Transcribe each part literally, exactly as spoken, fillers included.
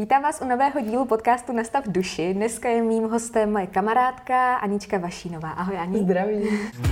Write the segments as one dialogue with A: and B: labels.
A: Vítám vás u nového dílu podcastu Nastav duši. Dneska je mým hostem moje kamarádka Anička Vašínová. Ahoj, Ani.
B: Zdraví.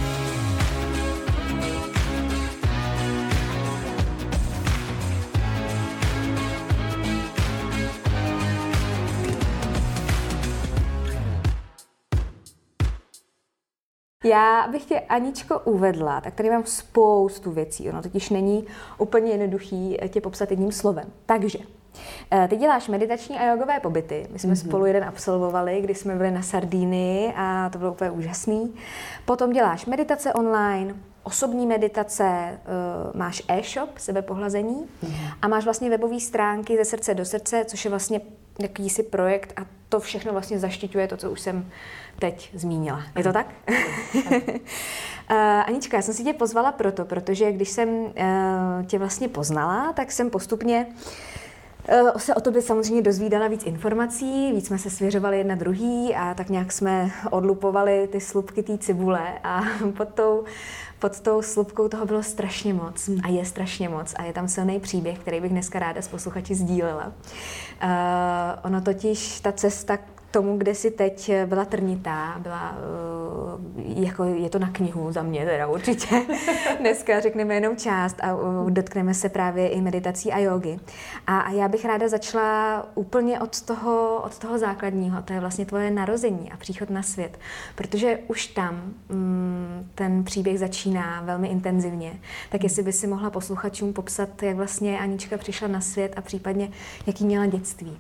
A: Já bych tě, Aničko, uvedla, tak tady mám spoustu věcí. Ono totiž není úplně jednoduchý tě popsat jedním slovem. Takže, ty děláš meditační a jogové pobyty. My jsme mm-hmm. spolu jeden absolvovali, kdy jsme byli na Sardínii a to bylo úplně úžasný. Potom děláš meditace online, osobní meditace, máš e-shop, sebepohlazení mm-hmm. a máš vlastně webové stránky ze srdce do srdce, což je vlastně jakýsi projekt a to všechno vlastně zaštiťuje to, co už jsem teď zmínila. Je to tak? uh, Anička, já jsem si tě pozvala proto, protože když jsem uh, tě vlastně poznala, tak jsem postupně uh, se o tobě samozřejmě dozvídala víc informací, víc jsme se svěřovali jedna druhý a tak nějak jsme odlupovali ty slupky té cibule a pod tou Pod tou slupkou toho bylo strašně moc a je strašně moc a je tam silný příběh, který bych dneska ráda s posluchači sdílela. Uh, ono totiž, ta cesta k tomu, kde jsi teď, byla trnitá, byla, uh, jako je to na knihu za mě teda určitě. Dneska řekneme jenom část a uh, dotkneme se právě i meditací a jógy. A, a já bych ráda začala úplně od toho, od toho základního, to je vlastně tvoje narození a příchod na svět, protože už tam um, ten příběh začíná velmi intenzivně. Tak jestli by si mohla posluchačům popsat, jak vlastně Anička přišla na svět a případně jaký měla dětství.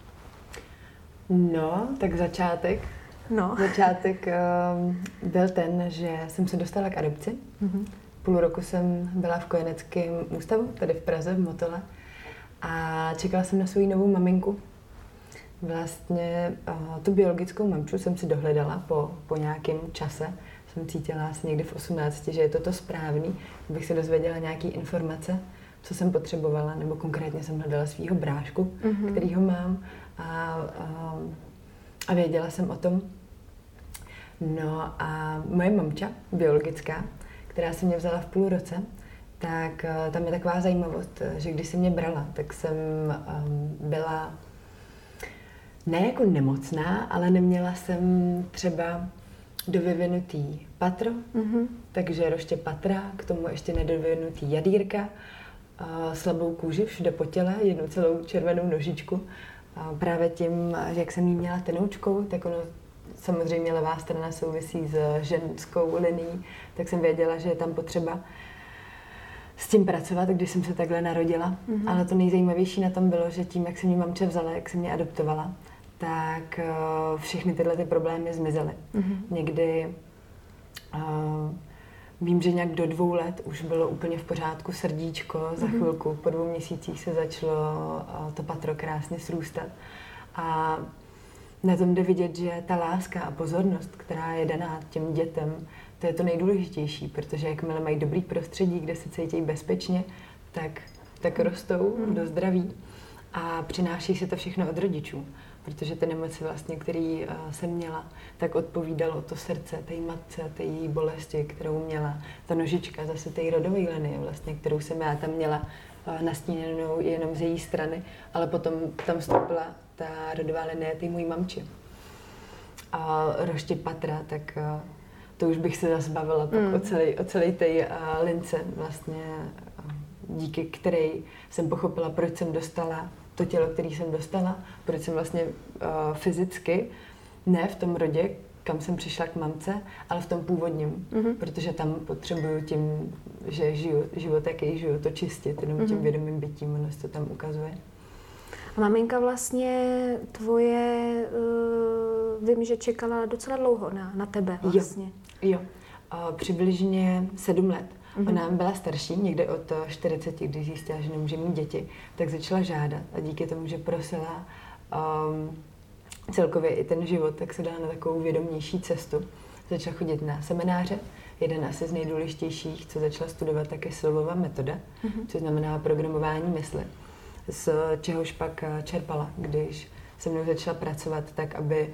B: No, tak začátek.
A: No.
B: Začátek uh, byl ten, že jsem se dostala k adopci. Mm-hmm. Půl roku jsem byla v kojeneckém ústavu, tady v Praze, v Motole. A čekala jsem na svou novou maminku. Vlastně uh, tu biologickou mamču jsem si dohledala po, po nějakém čase. Jsem cítila asi někdy v osmnácti, že je to to správný, abych se dozvěděla nějaké informace, co jsem potřebovala, nebo konkrétně jsem hledala svýho brášku, mm-hmm. kterýho mám. A, a, a věděla jsem o tom. No a moje mamča, biologická, která se mě vzala v půl roce, tak tam je taková zajímavost, že když si mě brala, tak jsem um, byla ne jako nemocná, ale neměla jsem třeba dovyvinutý patro, mm-hmm. takže roště patra, k tomu ještě nedovyvinutý jadýrka, uh, slabou kůži všude po těle, jednu celou červenou nožičku. A právě tím, jak jsem jí měla tenoučkou, tak ono samozřejmě levá strana souvisí s ženskou linií, tak jsem věděla, že je tam potřeba s tím pracovat, když jsem se takhle narodila. Mm-hmm. Ale to nejzajímavější na tom bylo, že tím, jak se mě mamče vzala, jak se mě adoptovala, tak uh, všechny tyhle ty problémy zmizely. Mm-hmm. Někdy uh, vím, že nějak do dvou let už bylo úplně v pořádku srdíčko, mm-hmm. za chvilku, po dvou měsících se začalo uh, to patro krásně srůstat. A na tom jde vidět, že ta láska a pozornost, která je daná těm dětem, to je to nejdůležitější, protože jakmile mají dobrý prostředí, kde se cítí bezpečně, tak, tak rostou mm-hmm. do zdraví a přináší se to všechno od rodičů. Protože ty nemoci, vlastně, který uh, jsem měla, tak odpovídalo to srdce, té matce, té její bolesti, kterou měla. Ta nožička, zase té rodové linie, vlastně, kterou jsem já tam měla uh, nastíněnou jenom z její strany, ale potom tam vstoupila ta rodová linie té mojí mamči. A roště patra, tak uh, to už bych se zase bavila pak mm. o celé o celé té uh, lince, vlastně, uh, díky které jsem pochopila, proč jsem dostala to tělo, které jsem dostala, proč jsem vlastně uh, fyzicky, ne v tom rodě, kam jsem přišla k mamce, ale v tom původním, mm-hmm. protože tam potřebuju tím, že žiju život, jaký žiju, to čistit, jenom mm-hmm. tím vědomým bytím, ono se to tam ukazuje.
A: A maminka vlastně tvoje, uh, vím, že čekala docela dlouho na, na tebe vlastně.
B: Jo, jo. Uh, přibližně sedm let. Mm-hmm. Ona byla starší, někde od čtyřiceti, když zjistila, že nemůže mít děti, tak začala žádat a díky tomu, že prosila um, celkově i ten život, tak se dala na takovou vědomější cestu. Začala chodit na semináře, jeden asi z nejdůležitějších, co začala studovat, tak je Silvova metoda, mm-hmm. což znamená programování mysli, z čehož pak čerpala, když se mnou začala pracovat tak, aby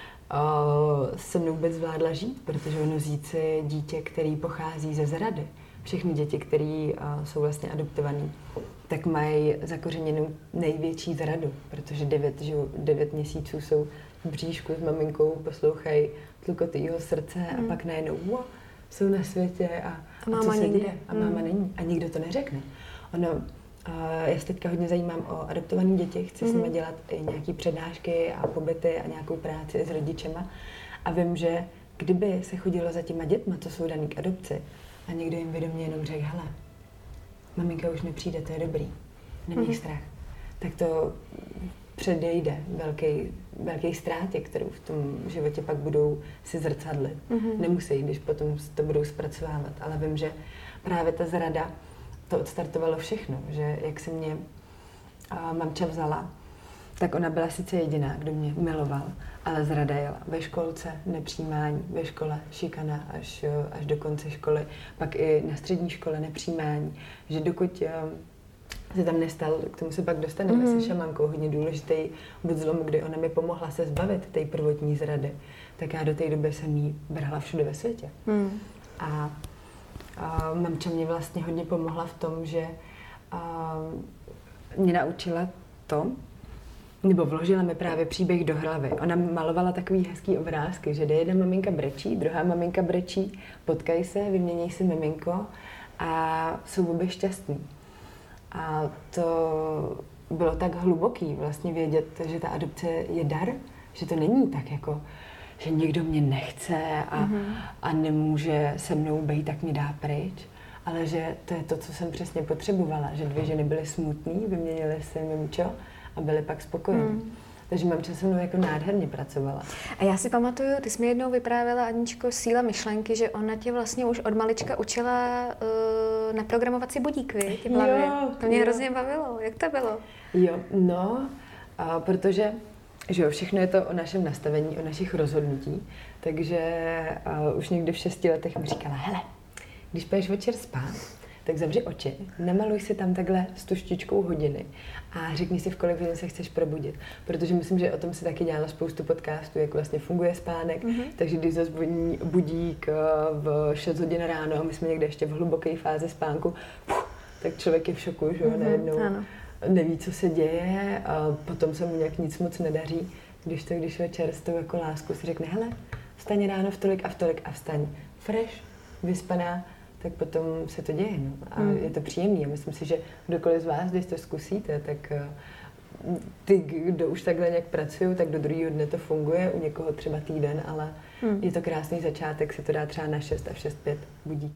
B: uh, se mnou vůbec zvládla žít, protože ono vzít si dítě, který pochází ze zrady, všechny děti, které uh, jsou vlastně adoptované, tak mají zakořeněnou největší zradu, protože devět, že, devět měsíců jsou v bříšku s maminkou, poslouchají tlukot jeho srdce mm. a pak najednou wow, jsou na světě a, a, a co se děje a máma mm. není a nikdo to neřekne. Ono, Uh, já se teďka hodně zajímám o adoptované děti, chci mm. s nimi dělat i nějaké přednášky a pobyty a nějakou práci s rodičema. A vím, že kdyby se chodilo za těma dětma, co jsou daný k adopci, a někdo jim vědomě jenom řekl, hele, maminka už nepřijde, to je dobrý, neměj mm. strach, tak to předejde velký, velký ztrátě, kterou v tom životě pak budou si zrcadlit. Mm. Nemusí, když potom to budou zpracovávat, ale vím, že právě ta zrada to odstartovalo všechno, že jak se mě a, mamča vzala, tak ona byla sice jediná, kdo mě miloval, ale zrada jela ve školce, nepřijímání, ve škole šikana až, až do konce školy, pak i na střední škole nepřijímání, že dokud se tam nestal, k tomu se pak dostaneme mm. se šamankou, hodně důležitý bod zlomu, kdy ona mi pomohla se zbavit té prvotní zrady, tak já do té doby jsem jí brala všude ve světě. Mm. A A mamča mě vlastně hodně pomohla v tom, že a, mě naučila to, nebo vložila mi právě příběh do hlavy. Ona malovala takový hezký obrázky, že jde jedna maminka brečí, druhá maminka brečí, potkají se, vymění si miminko a jsou obě šťastní. A to bylo tak hluboký vlastně vědět, že ta adopce je dar, že to není tak jako že někdo mě nechce a, mm-hmm. a nemůže se mnou být, tak mě dá pryč. Ale že to je to, co jsem přesně potřebovala, že dvě ženy byly smutný, vyměnily si mimčo a byly pak spokojení. Mm. Takže mamča se mnou jako nádherně pracovala.
A: A já si pamatuju, ty jsi mi jednou vyprávěla, Aničko, síla myšlenky, že ona tě vlastně už od malička učila uh, naprogramovací budík, viď?
B: Jo,
A: to mě
B: jo.
A: hrozně bavilo. Jak to bylo?
B: Jo, no, a protože že jo, všechno je to o našem nastavení, o našich rozhodnutí, takže uh, už někdy v šesti letech mi říkala, hele, když půjdeš večer spát, tak zavři oči, namaluj si tam takhle s tuštičkou hodiny a řekni si, v kolik hodin se chceš probudit. Protože myslím, že o tom si taky dělala spoustu podcastů, jak vlastně funguje spánek, mm-hmm. takže když zazvoní budík v šest hodin ráno a my jsme někde ještě v hluboké fázi spánku, puh, tak člověk je v šoku, že jo, mm-hmm. najednou. Ano. Neví, co se děje a potom se mu nějak nic moc nedaří, když to, když večer s tou jako lásku si řekne, hele, vstaň ráno v tolik a v tolik a vstaň fresh, vyspaná, tak potom se to děje. No. A hmm. je to příjemný. A myslím si, že kdokoliv z vás, když to zkusíte, tak ty, kdo už takhle nějak pracují, tak do druhého dne to funguje, u někoho třeba týden, ale hmm. je to krásný začátek, se to dá třeba na šest a v šest pět budík.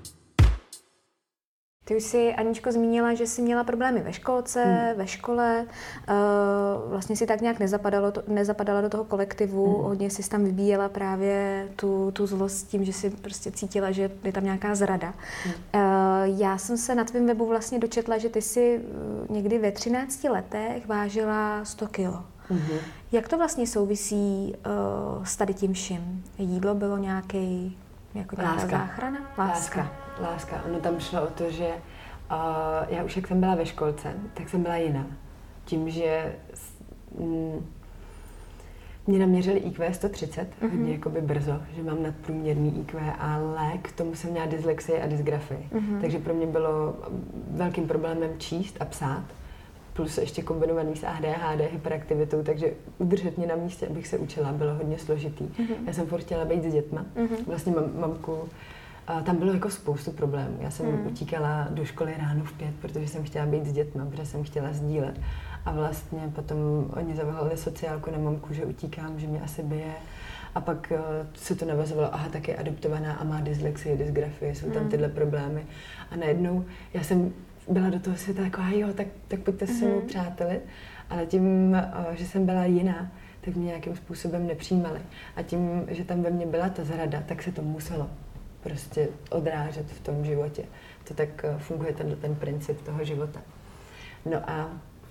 A: Ty už si, Aničko, zmínila, že jsi měla problémy ve školce, hmm. ve škole, uh, vlastně si tak nějak nezapadalo to, nezapadala do toho kolektivu, hmm. hodně jsi tam vybíjela právě tu, tu zlost tím, že jsi prostě cítila, že je tam nějaká zrada. Hmm. Uh, já jsem se na tvém webu vlastně dočetla, že ty jsi někdy ve třinácti letech vážila sto kilo. Hmm. Jak to vlastně souvisí uh, s tady tím vším? Jídlo bylo nějaký, jako nějaká
B: Láska.
A: záchrana? Láska.
B: Láska. Láska. Ono tam šlo o to, že uh, já už jak jsem byla ve školce, tak jsem byla jiná. Tím, že mm, mě naměřili í kvé sto třicet, mm-hmm. hodně jakoby brzo, že mám nadprůměrný í kvé, ale k tomu jsem měla dyslexii a dysgrafii. Mm-hmm. Takže pro mě bylo velkým problémem číst a psát, plus ještě kombinovaný s á dé há dé, hyperaktivitou, takže udržet mě na místě, abych se učila, bylo hodně složitý. Mm-hmm. Já jsem furt chtěla být s dětma. Mm-hmm. Vlastně mam, mamku A tam bylo jako spoustu problémů. Já jsem hmm. utíkala do školy ráno v pět, protože jsem chtěla být s dětma, protože jsem chtěla sdílet. A vlastně potom oni zavolali sociálku na mamku, že utíkám, že mě asi bije. A pak uh, se to navazovalo, aha, tak je adoptovaná a má dyslexii, dysgrafii, jsou tam tyhle problémy. A najednou já jsem byla do toho světa jako, jo, tak, tak pojďte se mnou přátelit. Ale tím, uh, že jsem byla jiná, tak mě nějakým způsobem nepřijímali. A tím, že tam ve mně byla ta zrada, tak se to muselo prostě odrážet v tom životě. To tak uh, funguje ten, ten princip toho života. No a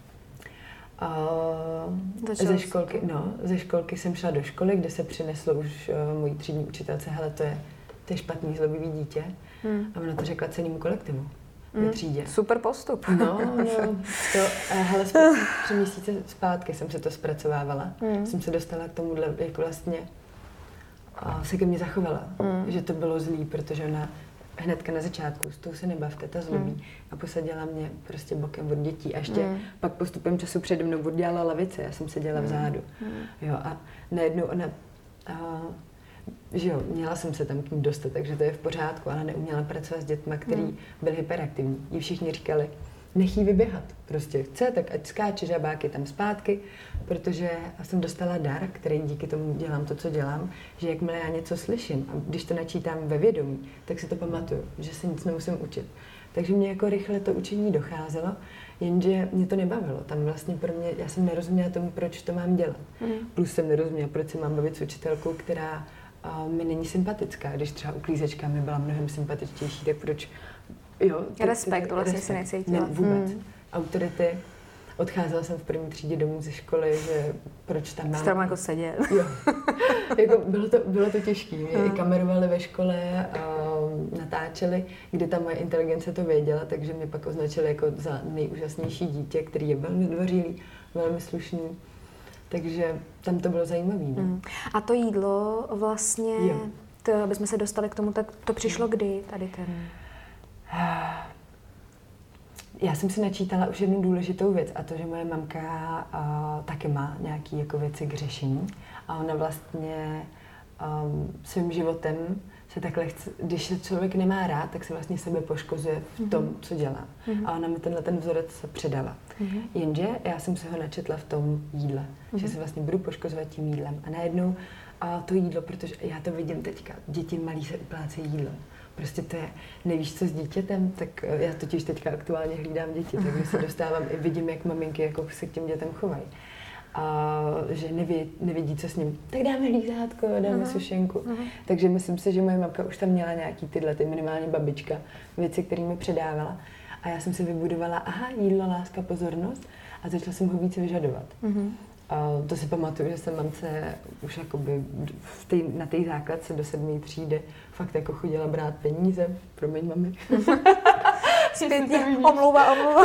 B: Uh, ze školky, no, ze školky jsem šla do školy, kde se přineslo už uh, mojí třídní učitelce, hele, to je, to je špatný, zlobivý dítě. Hmm. A ona to řekla celému kolektivu ve hmm. třídě.
A: Super postup.
B: No, no, to, uh, hele, tři měsíce zpátky jsem se to zpracovávala. Hmm. Jsem se dostala k tomuhle, jak vlastně uh, se ke mně zachovala, hmm. že to bylo zlý, protože ona hnedka na začátku, s tou se nebavte, ta zlobí. Mm. A posadila mě prostě bokem od dětí. A ještě mm. pak postupem času přede mnou oddělala lavice, já jsem seděla mm. vzadu. Mm. Jo, a najednou ona, a, že jo, měla jsem se tam k ní dostat, takže to je v pořádku, ale neuměla pracovat s dětma, který mm. byli hyperaktivní. Jí všichni říkali, nech jí vyběhat. Prostě chce, tak ať skáče žabáky tam zpátky, protože jsem dostala dar, který díky tomu dělám to, co dělám, že jakmile já něco slyším a když to načítám ve vědomí, tak si to pamatuju, že se nic nemusím učit. Takže mě jako rychle to učení docházelo, jenže mě to nebavilo. Tam vlastně pro mě, já jsem nerozuměla tomu, proč to mám dělat. Mm. Plus jsem nerozuměla, proč se mám bavit s učitelkou, která uh, mi není sympatická. Když třeba uklízečka mi byla mnohem sympatičtější, tak proč. Jo,
A: tak, respekt, vlastně si necítila.
B: Ne, vůbec. Hmm. Autority. Odcházela jsem v první třídě domů ze školy, že proč tam mám...
A: Tam jako sedět.
B: Jo. Jako bylo to, bylo to těžké. Mě hmm. i kamerovali ve škole a natáčeli, kde ta moje inteligence to věděla, takže mě pak označili jako za nejúžasnější dítě, který je velmi zdvořilý, velmi slušný. Takže tam to bylo zajímavé. Hmm.
A: A to jídlo vlastně, to, aby jsme se dostali k tomu, tak to přišlo kdy tady ten...
B: Já jsem si načítala už jednu důležitou věc a to, že moje mamka uh, taky má nějaké jako věci k řešení a ona vlastně um, svým životem se takhle chce, když se člověk nemá rád, tak se vlastně sebe poškozuje v tom, co dělá. Mm-hmm. A ona mi tenhle ten vzorec předala. Mm-hmm. Jenže já jsem se ho načetla v tom jídle, mm-hmm. že se vlastně budu poškozovat tím jídlem a najednou a to jídlo, protože já to vidím teďka, děti malí se uplácejí jídlem. Prostě to je, nevíš co s dítětem, tak já totiž teďka aktuálně hlídám děti, takže se dostávám i vidím, jak maminky jako se k těm dětem chovají. A že neví, nevidí, co s ním. Tak dáme lízátko, dáme uh-huh. sušenku. Uh-huh. Takže myslím si, že moje mamka už tam měla nějaký tyhle, ty minimálně babička, věci, které mi předávala. A já jsem si vybudovala, aha, jídlo, láska, pozornost a začala jsem ho více vyžadovat. Uh-huh. A to si pamatuju, že jsem mamce už jakoby v tý, na té základce do sedmé třídy fakt jako chodila brát peníze. Promiň, mami.
A: Zpětně, omluva, omluva.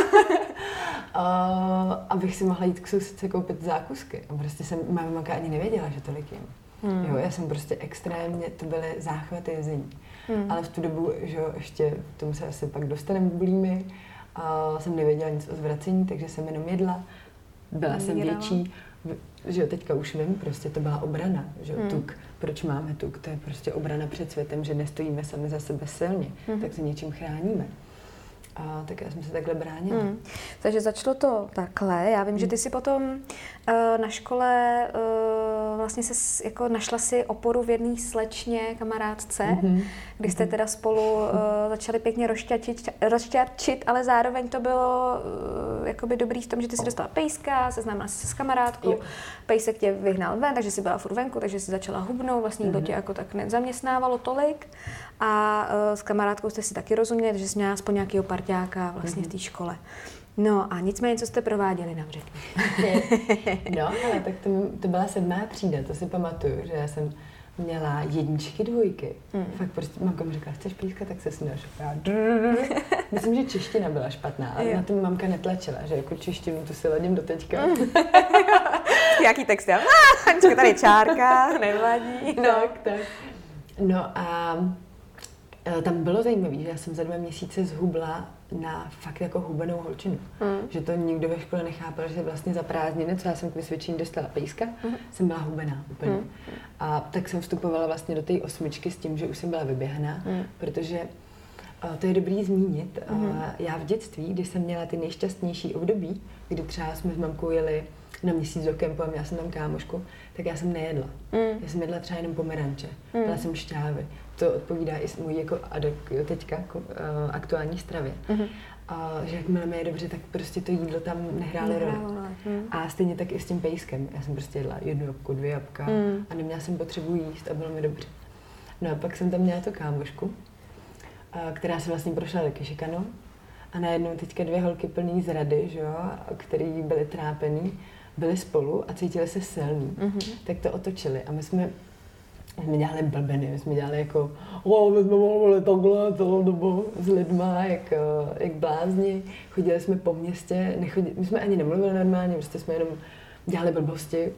B: A, abych si mohla jít k sousedce koupit zákusky. A prostě jsem, moje mamka ani nevěděla, že tolik jim. Hmm. Jo, já jsem prostě extrémně, to byly záchvaty jezení. Hmm. Ale v tu dobu, že jo, ještě, k tomu se asi pak dostaneme bulími, a jsem nevěděla nic o zvracení, takže jsem jenom jedla. Byla jsem větší, že jo, teďka už vím, prostě to byla obrana, že jo, hmm. tuk. Proč máme tuk? To je prostě obrana před světem, že nestojíme sami za sebe silně, hmm. tak se něčím chráníme. A tak já jsem se takhle bránila. Hmm.
A: Takže začalo to takhle. Já vím, hmm. že ty si potom uh, na škole uh, vlastně se jako našla si oporu v jedné slečně, kamarádce, hmm. kdy jste teda spolu uh, začali pěkně rozšťačit, rozšťačit, ale zároveň to bylo uh, jakoby dobrý v tom, že ty si dostala pejska, seznámila jsi se s kamarádkou, jo. Pejsek tě vyhnal ven, takže jsi byla furt venku, takže jsi začala hubnout, vlastně jídlo hmm. tě jako tak nezaměstnávalo tolik. A uh, s kamarádkou jste si taky rozuměli, že jsi měla aspoň nějakého parťáka vlastně mm-hmm. v té škole. No a nicméně, co jste prováděli, nám řekni.
B: No, ale tak to, to byla sedmá třída, to si pamatuju, že já jsem měla jedničky, dvojky. Mm. Fakt prostě, mamka mi řekla, chceš pískat, tak se směla šoká. Myslím, že čeština byla špatná, ale jo. Na tom mamka netlačila, že jako češtinu tu si ladím do teďka. Mm.
A: Jaký text, já? Ah, tady čárka, nevadí.
B: No, tak, tak. No a tam bylo zajímavé, že já jsem za dva měsíce zhubla na fakt jako hubenou holčinu. Mm. Že to nikdo ve škole nechápal, že vlastně za prázdniny, co já jsem k vysvědčení dostala pejska, mm. jsem byla hubená úplně. Mm. A tak jsem vstupovala vlastně do té osmičky s tím, že už jsem byla vyběhaná, mm. protože uh, to je dobrý zmínit. Mm. Uh, já v dětství, když jsem měla ty nejšťastnější období, kdy třeba jsme s mamkou jeli na měsíc do kempu a měla jsem tam kámošku, tak já jsem nejedla. Mm. Já jsem jedla třeba jenom pomeranče, mm. byla jsem šťávy. To odpovídá i můj jako adek, teďka uh, aktuální stravě. Mm-hmm. Uh, že jakmile mi je dobře, tak prostě to jídlo tam nehrálo roli. Mm. A stejně tak i s tím pejskem. Já jsem prostě jedla jednu jabko, dvě jabka mm. a neměla jsem potřebu jíst a bylo mi dobře. No a pak jsem tam měla tu kámošku, uh, která se vlastně prošla taky šikanou. A najednou teďka dvě holky plný zrady, že jo, který byly trápený, byly spolu a cítili se silný. Mm-hmm. Tak to otočili a my jsme My jsme dělali blbeny, my jsme dělali jako oh, my jsme mluvili takhle celou dobu s lidma, jak, jak blázni. Chodili jsme po městě, nechodili, my jsme ani nemluvili normálně, prostě jsme jenom dělali blbosti.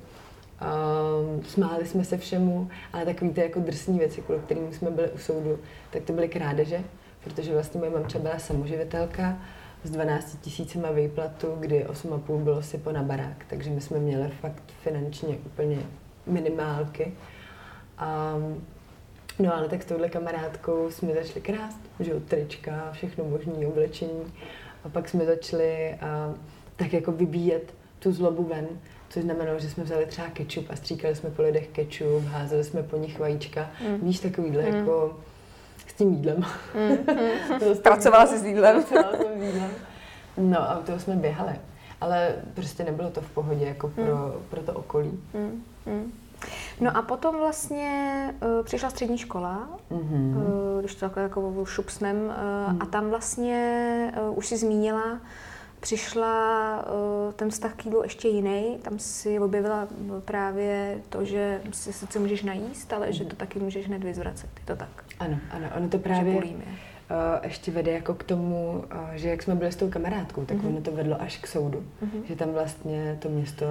B: Um, smáli jsme se všemu, ale takový ty jako drsný věci, kvůli kterým jsme byli u soudu, tak to byly krádeže, protože vlastně moje mamča byla samoživitelka s dvanácti tisícima výplatu, kdy osm a půl bylo sypo na barák, takže my jsme měli fakt finančně úplně minimálky. A, no ale tak s touhle kamarádkou jsme začali krást, že trička, všechno možné oblečení. A pak jsme začali a, tak jako vybíjet tu zlobu ven, což znamenalo, že jsme vzali třeba kečup a stříkali jsme po lidech kečup, házeli jsme po nich vajíčka. Mm. Víš, takovýhle mm. jako s tím jídlem.
A: Mm. Pracovala jsi s jídlem.
B: Pracovala jsem s jídlem. No a u toho jsme běhali. Ale prostě nebylo to v pohodě jako pro, mm. pro to okolí.
A: Mm. Mm. No a potom vlastně uh, přišla střední škola, mm-hmm. uh, když to takhle jako šupsnem, uh, mm. a tam vlastně uh, už si zmínila, přišla uh, ten vztah k jídlu ještě jiný. Tam si objevila právě to, že si sice můžeš najíst, ale mm. že to taky můžeš hned vyzvracet. Je to tak?
B: Ano, ano. Ono to právě uh, ještě vede jako k tomu, uh, že jak jsme byli s tou kamarádkou, tak mm-hmm. ono to vedlo až k soudu. Mm-hmm. Že tam vlastně to město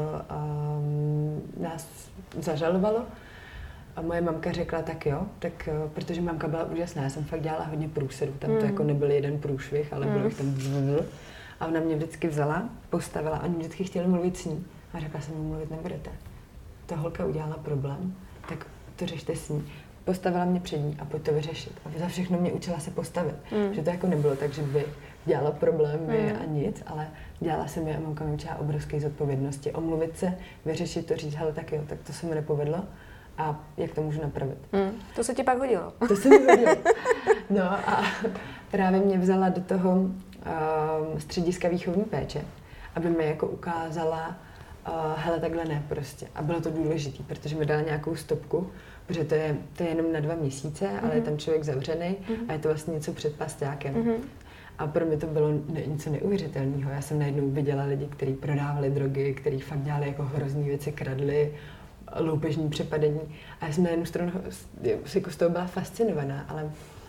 B: um, nás zažalovalo. A moje mamka řekla, tak jo, tak, uh, protože mamka byla úžasná. Já jsem fakt dělala hodně průsedů. Tam mm. to jako nebyl jeden průšvih, ale mm. bylo jich tam vzl. A ona mě vždycky vzala, postavila a oni vždycky chtěli mluvit s ní. A řekla jsem mu, mluvit nebudete. Ta holka udělala problém, tak to řešte s ní. Postavila mě před ní a pojď to vyřešit. A za všechno mě učila se postavit. Mm. Že to jako nebylo tak, že by dělala problémy mm. a nic, ale dělala jsem je a mamka mi učila obrovské zodpovědnosti. Omluvit se, vyřešit to, říct, hele, tak jo, tak to se mi nepovedlo a jak to můžu napravit.
A: Mm. To se ti pak hodilo.
B: To se mi hodilo. No a právě mě vzala do toho um, střediska výchovní péče, aby mi jako ukázala, uh, hele, takhle ne prostě. A bylo to důležité, protože mi dala nějakou stopku, protože to je, to je jenom na dva měsíce, mm-hmm. ale je tam člověk zavřený mm-hmm. a je to vlastně něco před pasťákem. Mm-hmm. A pro mě to bylo ne, něco neuvěřitelného. Já jsem najednou viděla lidi, kteří prodávali drogy, kteří fakt dělali jako hrozný věci, kradli, loupežní přepadení. A já jsem na jednu stranu jako z toho byla fascinovaná, ale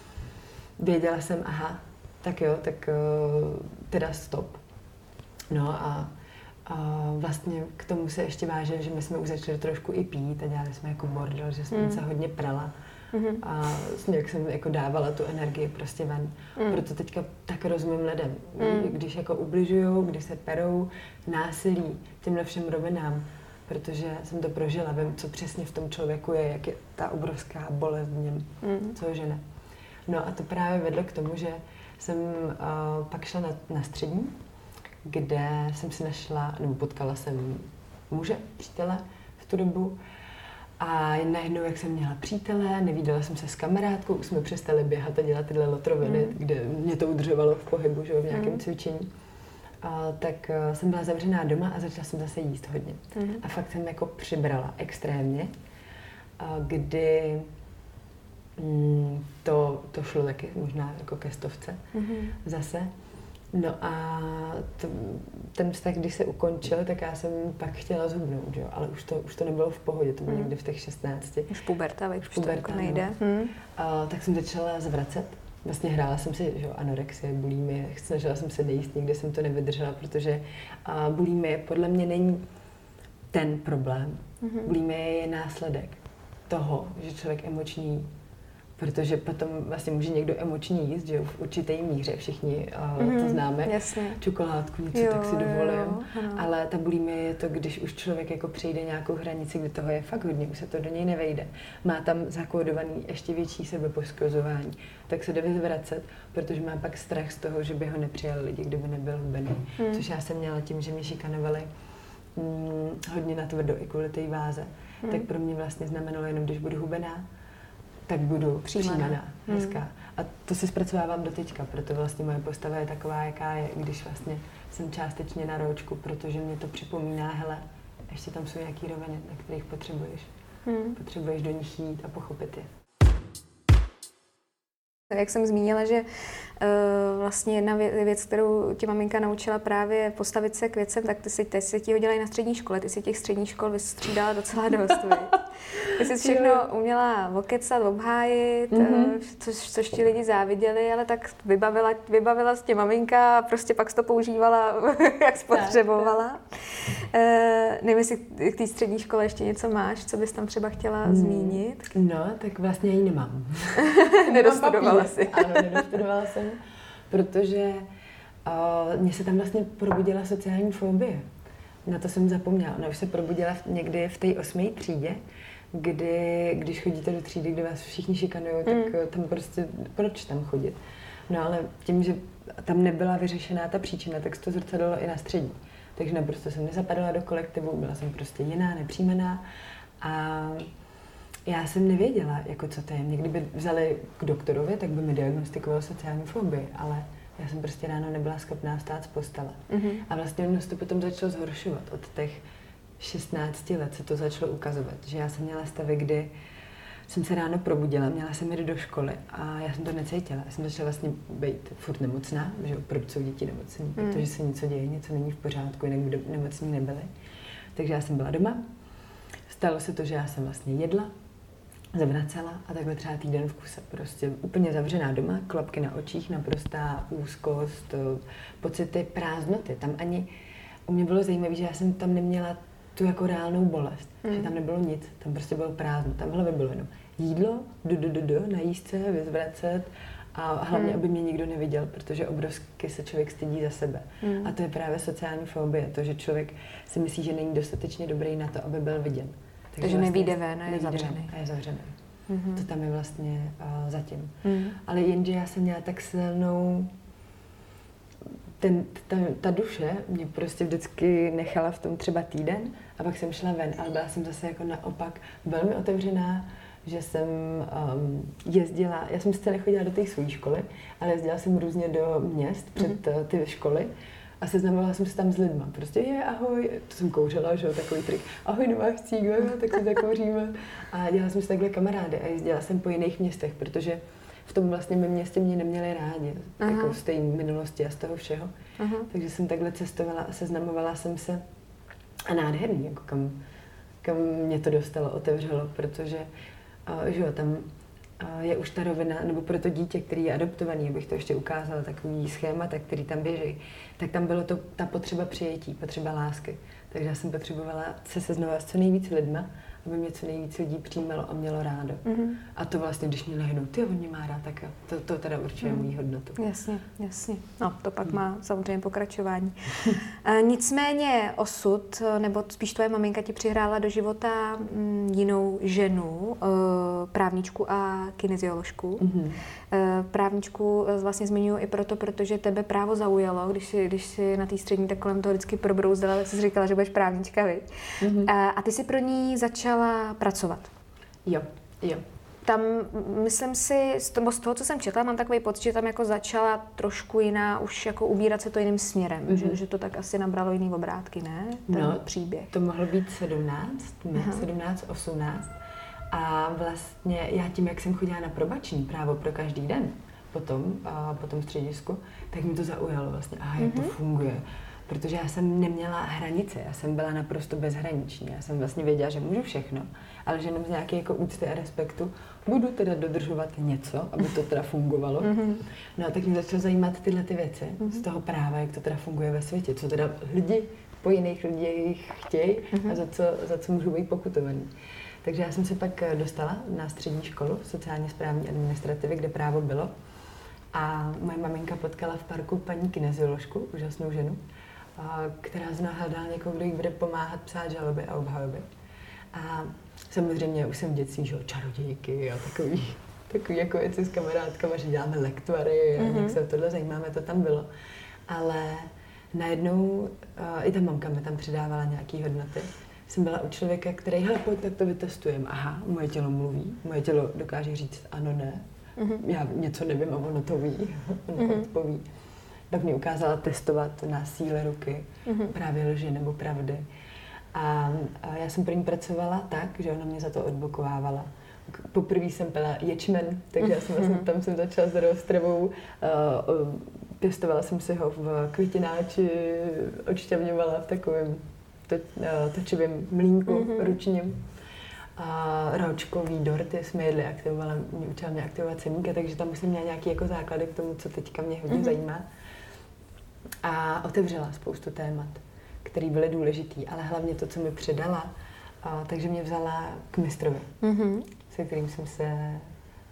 B: věděla jsem, aha, tak jo, tak uh, teda stop. No a, a vlastně k tomu se ještě váže, že my jsme už začali trošku i pít a dělali jsme jako bordel, že jsem mm. se hodně prala. Mm-hmm. A nějak jsem jako dávala tu energii prostě ven. Mm. Proto teďka tak rozumím lidem. Mm. Když jako ubližujou, když se perou, násilí, těmhle všem rovinám, protože jsem to prožila, vím, co přesně v tom člověku je, jak je ta obrovská bolest v něm, mm. co žene. No a to právě vedlo k tomu, že jsem uh, pak šla na, na střední, kde jsem si našla, nebo potkala jsem muže, přítele v tu dobu. A najednou, jak jsem měla přítele, nevídala jsem se s kamarádkou, už jsme přestali běhat a dělat tyhle lotroviny, mm. kde mě to udržovalo v pohybu, že, v nějakém mm. cvičení. A, tak uh, jsem byla zavřená doma a začala jsem zase jíst hodně. Mm. A fakt jsem jako přibrala extrémně, a kdy mm, to, to šlo taky možná jako ke stovce mm. zase. No a to, ten vztah, když se ukončil, tak já jsem pak chtěla zhubnout, jo? Ale už to, už to nebylo v pohodě, to bylo mm. někdy v těch šestnácti.
A: Už puberta, už
B: puberta,
A: to nejde.
B: No. Mm. A, tak jsem začala zvracet. Vlastně hrála jsem si, že anorexie, bulimie, snažila jsem se nejíst, nikdy jsem to nevydržela, protože a, bulimie podle mě není ten problém. Mm-hmm. Bulimie je následek toho, že člověk emoční, protože potom vlastně může někdo emoční jíst, že jo, v určité míře, všichni uh, mm, to známe,
A: jasně.
B: čokoládku, něco,
A: jo,
B: tak si dovolím,
A: jo,
B: ale ta bulimie je to, když už člověk jako přejde nějakou hranici, kdy toho je fakt hodně, už se to do něj nevejde, má tam zakódovaný ještě větší sebepoškozování, tak se jde vyvracet, protože má pak strach z toho, že by ho nepřijali lidi, kdyby nebyl hubený, mm. což já jsem měla tím, že mě šikanovali mm, hodně natvrdo i kvůli té váze, mm. tak pro mě vlastně znamenalo jenom, když budu hubená, tak budu přijímaná, hezká. Hmm. A to si zpracovávám do teďka, proto vlastně moje postava je taková, jaká je, když vlastně jsem částečně na roučku, protože mě to připomíná, hele, ještě tam jsou nějaký roviny, na kterých potřebuješ. Hmm. Potřebuješ do nich jít a pochopit je.
A: Jak jsem zmínila, že uh, vlastně jedna věc, kterou ti maminka naučila právě postavit se k věcem, tak ty si, ty si ti hodila i na střední škole, ty si těch středních škol vystřídala docela dost. Ty jsi všechno uměla okecat, obhájit, mm-hmm. což, což ti lidi záviděli, ale tak vybavila, vybavila tě maminka a prostě pak jsi to používala, jak spotřebovala. Uh, nevím, jestli k té střední škole ještě něco máš, co bys tam třeba chtěla mm. zmínit?
B: No, tak vlastně ji nemám.
A: Nedostudovala. nedostudovala si.
B: Ano, nedostudovala jsem, protože uh, mně se tam vlastně probudila sociální fobie. Na to jsem zapomněla. Ona už se probudila někdy v té osmé třídě, kdy, když chodíte do třídy, kde vás všichni šikanují, tak mm. tam prostě, proč tam chodit? No ale tím, že tam nebyla vyřešená ta příčina, tak se to zrcadlo i na střední. Takže naprosto jsem nezapadala do kolektivu, byla jsem prostě jiná, nepřijímaná a já jsem nevěděla, jako co to je. Mě kdyby vzali k doktorovi, tak by mi diagnostikoval sociální fobii, ale já jsem prostě ráno nebyla schopná vstát z postele. Mm-hmm. A vlastně ono se to potom začalo zhoršovat. Od těch šestnácti let se to začalo ukazovat, že já jsem měla stavy, kdy jsem se ráno probudila, měla jsem jít do školy a já jsem to necítila. Já jsem začala vlastně být furt nemocná, že proč jsou děti nemocní, mm. protože se něco děje, něco není v pořádku, jinak by nemocní nebyly. Takže já jsem byla doma. Stalo se to, že já jsem vlastně jedla, zavracela a takhle třeba týden v kuse. Prostě úplně zavřená doma, klapky na očích, naprostá úzkost, pocity prázdnoty. Tam ani, u mě bylo zajímavé, že já jsem tam neměla tu jako reálnou bolest, mm. že tam nebylo nic, tam prostě bylo prázdno, tam v hlavě bylo jenom jídlo, du, du, du, du, najíst se, vyzvracet a hlavně, mm. aby mě nikdo neviděl, protože obrovsky se člověk stydí za sebe. Mm. A to je právě sociální fobie, to, že člověk si myslí, že není dostatečně dobrý na to, aby byl viděn.
A: Takže, Takže vlastně nevíde ven a je zavřený.
B: A je zavřený. Mm-hmm. To tam je vlastně uh, zatím. Mm. Ale jenže já jsem měla tak silnou Ten, ta, ta duše mě prostě vždycky nechala v tom třeba týden a pak jsem šla ven, ale byla jsem zase jako naopak velmi otevřená, že jsem um, jezdila, já jsem sice nechodila do té své školy, ale jezdila jsem různě do měst před mm-hmm. ty školy a seznamovala jsem se tam s lidma. Prostě je, ahoj, to jsem kouřila, že jo, takový trik, ahoj, nemáš cígo, tak si zakouříme. A dělala jsem si takhle kamarády a jezdila jsem po jiných městech, protože v tom vlastně mém městě mě neměli rádi, Aha. jako z té minulosti a z toho všeho. Aha. Takže jsem takhle cestovala a seznamovala jsem se a nádherný, jako kam, kam mě to dostalo, otevřelo, protože uh, že jo, tam uh, je už ta rovina, nebo pro to dítě, který je adoptovaný, abych to ještě ukázala, takový schémata, který tam běží, tak tam bylo to ta potřeba přijetí, potřeba lásky. Takže já jsem potřebovala se seznamovat s co nejvíc lidma, aby mě co nejvíc lidí přijímalo a mělo rádo. Mm-hmm. A to vlastně, když mě nahnou, ty, on mě má rád, tak to, to teda určuje mm. můj hodnotu.
A: Jasně, jasně. No, to pak mm. má samozřejmě pokračování. e, nicméně osud, nebo spíš tvoje maminka ti přihrála do života m, jinou ženu, e, právničku a kinezioložku. Mm-hmm. E, právničku vlastně zmiňuji i proto, protože tebe právo zaujalo, když jsi, když jsi na té střední tak kolem toho vždycky probrouzdala, tak jsi říkala, že budeš právnička, viď? Mm-hmm. A, a ty si pro ní začala pracovat.
B: Jo, jo.
A: Tam, myslím si, z toho, z toho, co jsem četla, mám takový pocit, že tam jako začala trošku jiná, už jako ubírat se to jiným směrem, mm-hmm. že, že to tak asi nabralo jiný obrátky, ne? Ten
B: no,
A: příběh.
B: To mohlo být sedmnáct, ne, sedmnáct, osmnáct. A vlastně já tím, jak jsem chodila na probační právo pro každý den, potom, a po tom středisku, tak mi to zaujalo vlastně, aha, jak mm-hmm. to funguje. Protože já jsem neměla hranice, já jsem byla naprosto bezhraniční. Já jsem vlastně věděla, že můžu všechno, ale že jenom z nějaké jako úcty a respektu budu teda dodržovat něco, aby to teda fungovalo. Mm-hmm. No a tak mě začalo zajímat tyhle ty věci mm-hmm. z toho práva, jak to teda funguje ve světě, co teda lidi po jiných lidích chtějí mm-hmm. a za co, za co můžu být pokutovaný. Takže já jsem se pak dostala na střední školu sociálně správní administrativy, kde právo bylo. A moje maminka potkala v parku paní kinezioložku, úžasnou ženu, která zná hledala někoho, kdo jí bude pomáhat psát žaloby a obhajoby. A samozřejmě už jsem v dětství, že čarodějky a takový, takový jako věci s kamarádkama, že děláme lektvary a mm-hmm. jak se o tohle zajímáme, to tam bylo. Ale najednou uh, i ta mamka mi tam přidávala nějaký hodnoty. Jsem byla u člověka, který, hele, pojď, tak to vytestujeme. Aha, moje tělo mluví, moje tělo dokáže říct ano, ne. Mm-hmm. Já něco nevím a ono to ví, ono mm-hmm. to odpoví. Pak mě ukázala testovat na síle ruky, mm-hmm. právě lži nebo pravdy. A, a já jsem pro ní pracovala tak, že ona mě za to odbokovávala. Poprvé jsem pila ječmen, takže já jsem vlastně, tam jsem začala s rozstravou. Uh, uh, pěstovala jsem si ho v květináči, odšťavňovala v takovém to, uh, točivém mlínku mm-hmm. ručním. A ročkový dorty jsme jedli, aktivovala, mě učila mě aktivovat semínka, takže tam musím měla nějaký jako základy k tomu, co teďka mě hodně mm-hmm. zajímá. A otevřela spoustu témat, které byly důležitý, ale hlavně to, co mi předala, a, takže mě vzala k mistrovi, mm-hmm. se kterým jsem se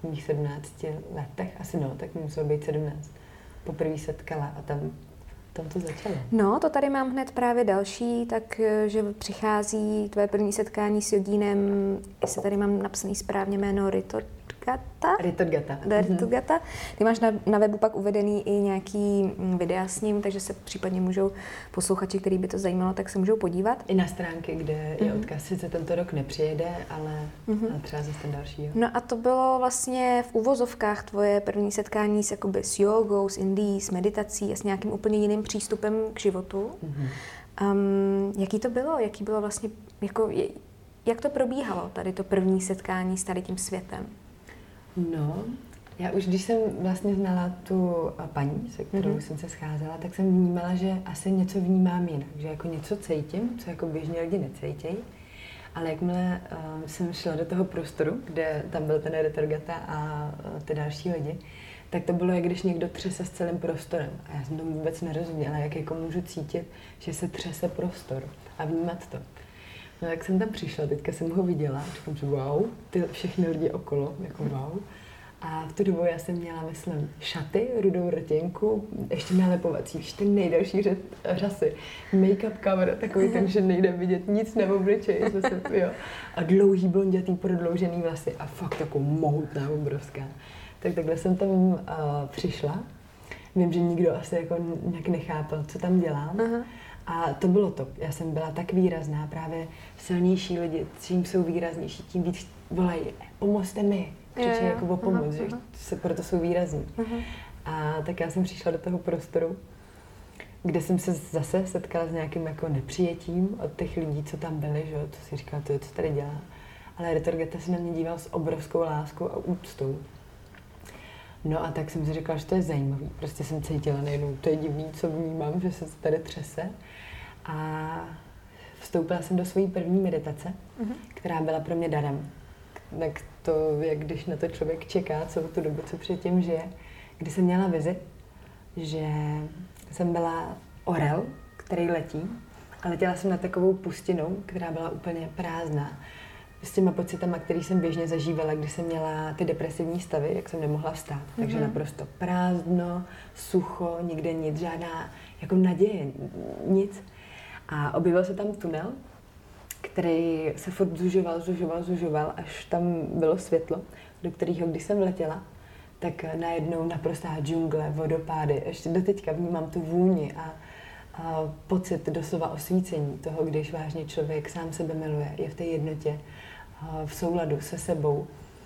B: v mých sedmnácti letech, asi no, tak mi muselo být sedmnáct, poprvé setkala a tam, tam to začalo.
A: No, to tady mám hned právě další, takže přichází tvoje první setkání s jogínem, jestli tady mám napsaný správně jméno, Ritorgata?
B: Ritorgata.
A: Ritorgata. Ty máš na, na webu pak uvedený i nějaký videa s ním, takže se případně můžou posluchači, který by to zajímalo, tak se můžou podívat.
B: I na stránky, kde mm-hmm. je odkaz, sice tento rok nepřijede, ale, mm-hmm. ale třeba zase ten další. Jo.
A: No a to bylo vlastně v uvozovkách tvoje první setkání s, jakoby, s jogou, s indií, s meditací a s nějakým úplně jiným přístupem k životu. Mm-hmm. Um, jaký to bylo? Jaký bylo vlastně, jako, jak to probíhalo, tady to první setkání s tady tím světem?
B: No, já už když jsem vlastně znala tu paní, se kterou mm-hmm. jsem se scházela, tak jsem vnímala, že asi něco vnímám jinak, že jako něco cítím, co jako běžně lidi necítějí, ale jakmile uh, jsem šla do toho prostoru, kde tam byl ten Ritorgata a uh, ty další lidi, tak to bylo, jak když někdo třese s celým prostorem. A já jsem tomu vůbec nerozuměla, jak jako můžu cítit, že se třese prostor a vnímat to. No jak jsem tam přišla, teďka jsem ho viděla, říkám, že wow, ty všechny lidi okolo, jako wow. A v tu dobu já jsem měla, myslím, šaty, rudou rtěnku, ještě nalepovací, ještě nejdelší řet, řasy, make-up cover, takový ten, že nejde vidět nic na obličeji, zase, jo. A dlouhý blondětý, prodloužený vlasy a fakt takovou mohutná, obrovská. Tak takhle jsem tam uh, přišla. Vím, že nikdo asi jako nějak nechápal, co tam dělám. Aha. A to bylo to. Já jsem byla tak výrazná, právě silnější lidi, čím jsou výraznější, tím víc volají, pomozte mi, křičí jako o pomoc, že se, proto jsou výrazní. Uh-huh. A tak já jsem přišla do toho prostoru, kde jsem se zase setkala s nějakým jako nepřijetím od těch lidí, co tam byli, že? Co si říkala, to je, co tady dělá. Ale Ritorgata se na mě díval s obrovskou láskou a úctou. No a tak jsem si říkala, že to je zajímavý. Prostě jsem cítila najednou, to je divný, co vnímám, že se tady třese. A vstoupila jsem do své první meditace, uh-huh. která byla pro mě darem. Tak to, jak když na to člověk čeká celou tu dobu, co předtím žije, kdy jsem měla vizi, že jsem byla orel, který letí, a letěla jsem nad takovou pustinou, která byla úplně prázdná. S těma pocitama, který jsem běžně zažívala, když jsem měla ty depresivní stavy, jak jsem nemohla vstát. Mm-hmm. Takže naprosto prázdno, sucho, nikde nic, žádná jako naděje, nic. A objevil se tam tunel, který se furt zužoval, zužoval, zužoval, až tam bylo světlo, do kterého, když jsem letěla, tak najednou naprostá džungle, vodopády. Ještě doteďka vnímám tu vůni a, a pocit doslova osvícení toho, když vážně člověk sám sebe miluje, je v té jednotě, v souladu se sebou.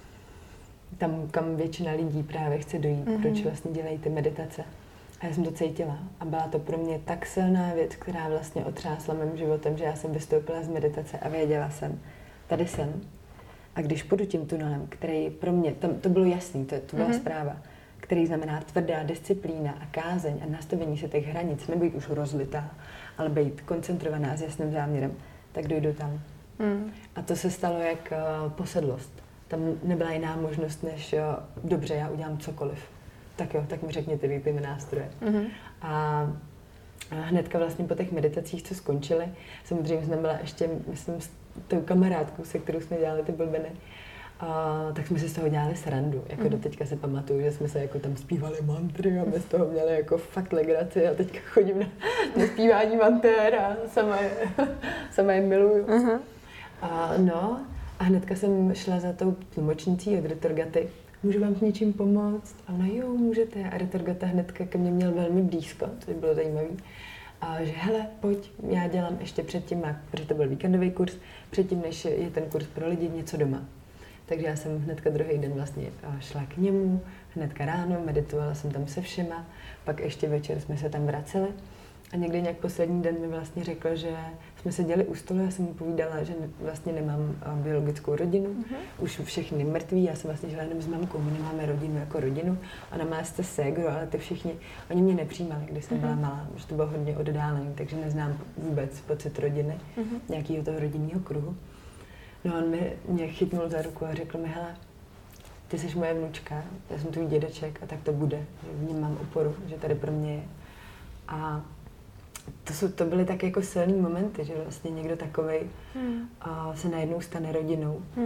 B: Tam, kam většina lidí právě chce dojít, mm-hmm. proč vlastně dělají ty meditace. A já jsem to cítila a byla to pro mě tak silná věc, která vlastně otřásla mým životem, že já jsem vystoupila z meditace a věděla jsem, tady jsem. A když půjdu tím tunelem, který pro mě, tam, to bylo jasný, to, to byla mm-hmm. zpráva, který znamená tvrdá disciplína a kázeň a nastavení se těch hranic, nebýt už rozlitá, ale být koncentrovaná s jasným záměrem, tak dojdu tam. Mm. A to se stalo jak uh, posedlost. Tam nebyla jiná možnost, než uh, dobře, já udělám cokoliv. Tak jo, tak mi řekněte, dejte mi nástroje. Mm-hmm. A, a hnedka vlastně po těch meditacích, co skončily, samozřejmě jsem byla ještě, myslím, s tou kamarádkou, se kterou jsme dělali ty blbiny, a, tak jsme si z toho dělali srandu. Jako mm-hmm. doteďka si pamatuju, že jsme se jako tam zpívali mantry a my z toho měli jako fakt legraci a teďka chodím na, na zpívání mantér a sama je, sama je miluju. Mm-hmm. A, no, a hnedka jsem šla za tou tlumočnicí od Ritorgaty. Můžu vám s něčím pomoct? A ona, jo, můžete. A Ritorgata hnedka ke mně měl velmi blízko, což bylo zajímavé. A že hele, pojď, já dělám ještě předtím, protože to byl víkendový kurz, předtím, než je ten kurz pro lidi, něco doma. Takže já jsem hnedka druhý den vlastně šla k němu, hnedka ráno, meditovala jsem tam se všema, pak ještě večer jsme se tam vraceli. A někdy nějak poslední den mi vlastně řekl, že jsme seděli u stolu, já jsem mu povídala, že vlastně nemám biologickou rodinu, uh-huh. už všechny mrtví, já jsem vlastně žila jenom s mamkou, my nemáme rodinu jako rodinu, ona má jste ségru, ale ty všichni, oni mě nepřijímali, když jsem uh-huh. byla malá, že to bylo hodně oddálený, takže neznám vůbec pocit rodiny, uh-huh. nějakého toho rodinného kruhu. No on mi, mě chytnul za ruku a řekl mi, hele, ty jsi moje vnučka, já jsem tvůj dědeček a tak to bude, že v něm mám oporu, že tady pro mě je. A To, jsou, to byly tak jako silný momenty, že vlastně někdo takovej hmm. a se najednou stane rodinou. Hmm.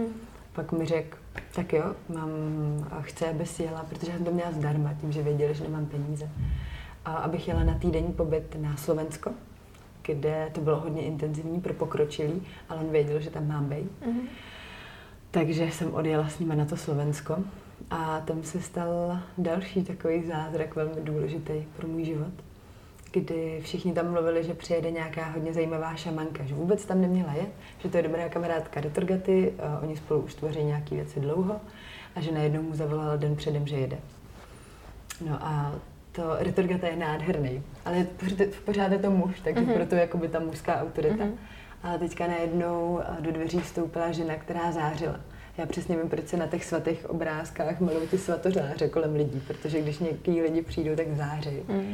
B: pak mi řekl, tak jo, mám, chce, aby si jela, protože jsem to měla zdarma, tím, že věděli, že nemám peníze. A abych jela na týdenní pobyt na Slovensko, kde to bylo hodně intenzivní pro pokročilý, ale on věděl, že tam mám být. Mm-hmm. Takže jsem odjela s nima na to Slovensko a tam se stal další takový zázrak, velmi důležitý pro můj život, kdy všichni tam mluvili, že přijede nějaká hodně zajímavá šamanka, že vůbec tam neměla jet, že to je dobrá kamarádka Retorgaty, oni spolu už tvoří nějaké věci dlouho a že najednou mu zavolala den předem, že jede. No a to Retorgata je nádherný, ale pořád je to muž, takže mm-hmm. proto je jakoby ta mužská autorita. Mm-hmm. Ale teďka najednou do dveří vstoupila žena, která zářila. Já přesně vím, proč se na těch svatých obrázkách malují ty svatořáře kolem lidí, protože když některý lidi přijdou, tak září. Mm.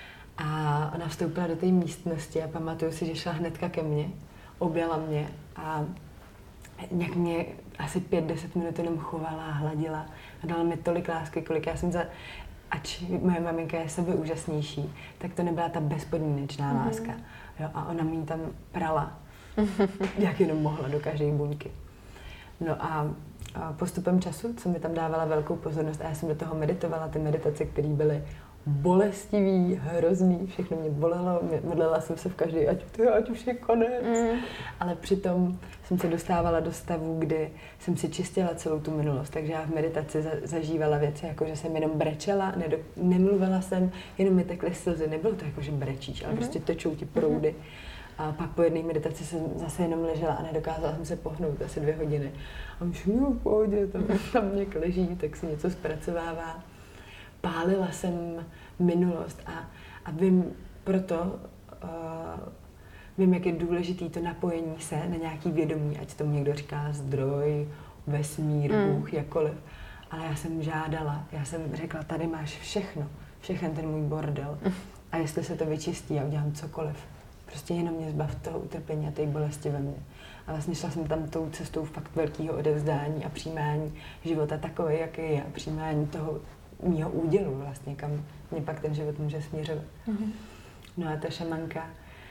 B: A ona vstoupila do té místnosti a pamatuju si, že šla hnedka ke mně, objala mě a nějak mě asi pět, deset minut jenom chovala, hladila a dala mi tolik lásky, kolik já jsem za... Ač moje maminka je sebeúžasnější, tak to nebyla ta bezpodmínečná mm. láska. Jo, a ona mi tam prala, jak jenom mohla, do každé buňky. No a, a postupem času, co mi tam dávala velkou pozornost, a já jsem do toho meditovala, ty meditace, které byly bolestivý, hrozný, všechno mě bolelo, modlila jsem se v každé, ať, ať už je konec. Mm. Ale přitom jsem se dostávala do stavu, kdy jsem si čistila celou tu minulost, takže já v meditaci za, zažívala věci, jako že jsem jenom brečela, nedo, nemluvila jsem, jenom mi tekly slzy, nebylo to jako, že brečíš, ale mm. prostě tečou ti proudy. Mm. A pak po jedné meditaci jsem zase jenom ležela a nedokázala jsem se pohnout asi dvě hodiny. A už v pohodě, tam, tam někdo leží, tak si něco zpracovává. Pálila jsem minulost a, a vím proto, uh, vím, jak je důležitý to napojení se na nějaký vědomí, ať tomu někdo říká zdroj, vesmír, mm. Bůh, jakkoliv. Ale já jsem žádala, já jsem řekla, tady máš všechno, všechen ten můj bordel. A jestli se to vyčistí, já udělám cokoliv. Prostě jenom mě zbav toho utrpení a té bolesti ve mně. A vlastně šla jsem tam tou cestou fakt velkého odevzdání a přijímání života takový, jaký je, a přijímání toho mýho údělu vlastně, kam mě pak ten život může směřovat. Mm-hmm. No a ta šamanka,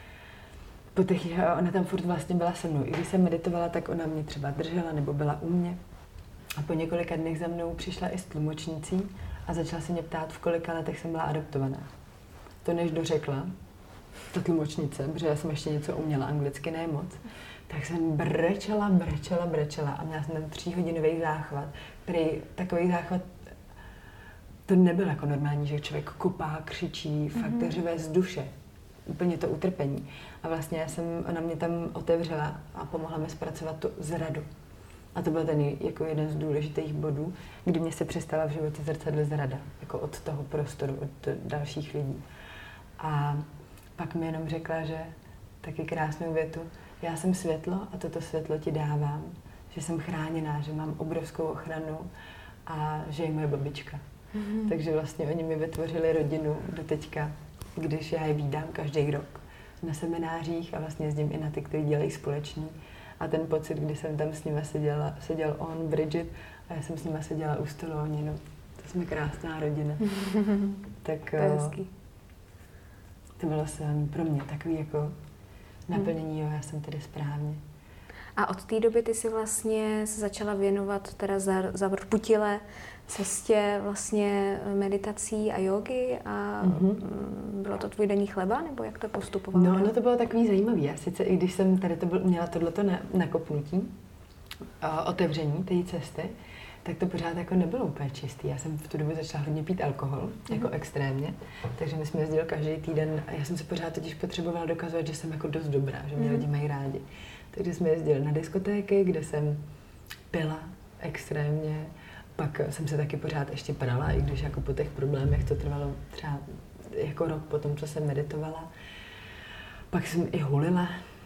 B: po těch, ona tam furt vlastně byla se mnou. I když jsem meditovala, tak ona mě třeba držela nebo byla u mě. A po několika dnech za mnou přišla i s tlumočnicí a začala se mě ptát, v kolika letech jsem byla adoptovaná. To než dořekla, ta tlumočnice, protože já jsem ještě něco uměla, anglicky ne moc, tak jsem brečela, brečela, brečela a měla jsem ten tříhodinový záchvat, který takový záchvat, to nebyl jako normální, že člověk kopá, křičí, fakt mm-hmm. řve z duše, úplně to utrpení. A vlastně já jsem, ona mě tam otevřela a pomohla mi zpracovat tu zradu. A to byl ten jako jeden z důležitých bodů, kdy mě se přestala v životě zrcadlo zrada, jako od toho prostoru, od dalších lidí. A pak mi jenom řekla, že taky krásnou větu, já jsem světlo a toto světlo ti dávám, že jsem chráněná, že mám obrovskou ochranu a že je moje babička. Mm-hmm. Takže vlastně oni mi vytvořili rodinu do teďka, když já je vídám každý rok na seminářích a vlastně jezdím i na ty, kteří dělají společný. A ten pocit, kdy jsem tam s nima seděla, seděl on, Bridget, a já jsem s nima seděla u stolu, oni, no, to jsme krásná rodina. Tak
A: to,
B: to bylo jsem pro mě takový jako naplnění, jo, já jsem tedy správně.
A: A od té doby ty si vlastně se začala věnovat teda za, za putile cestě vlastně meditací a jogy a mm-hmm. bylo to tvůj denní chleba, nebo jak to postupovalo?
B: No, no to bylo takový zajímavý. Já sice i když jsem tady to byl, měla tohleto na, nakopnutí, uh, otevření té cesty, tak to pořád jako nebylo úplně čistý. Já jsem v tu dobu začala hodně pít alkohol, mm-hmm. jako extrémně, takže my jsme jezdili každý týden a já jsem se pořád totiž potřebovala dokazovat, že jsem jako dost dobrá, že mě mm-hmm. lidi mají rádi. Takže jsme jezdili na diskotéky, kde jsem pila extrémně, pak jsem se taky pořád ještě prala, i když jako po těch problémech to trvalo třeba jako rok po tom, co jsem meditovala. Pak jsem i hulila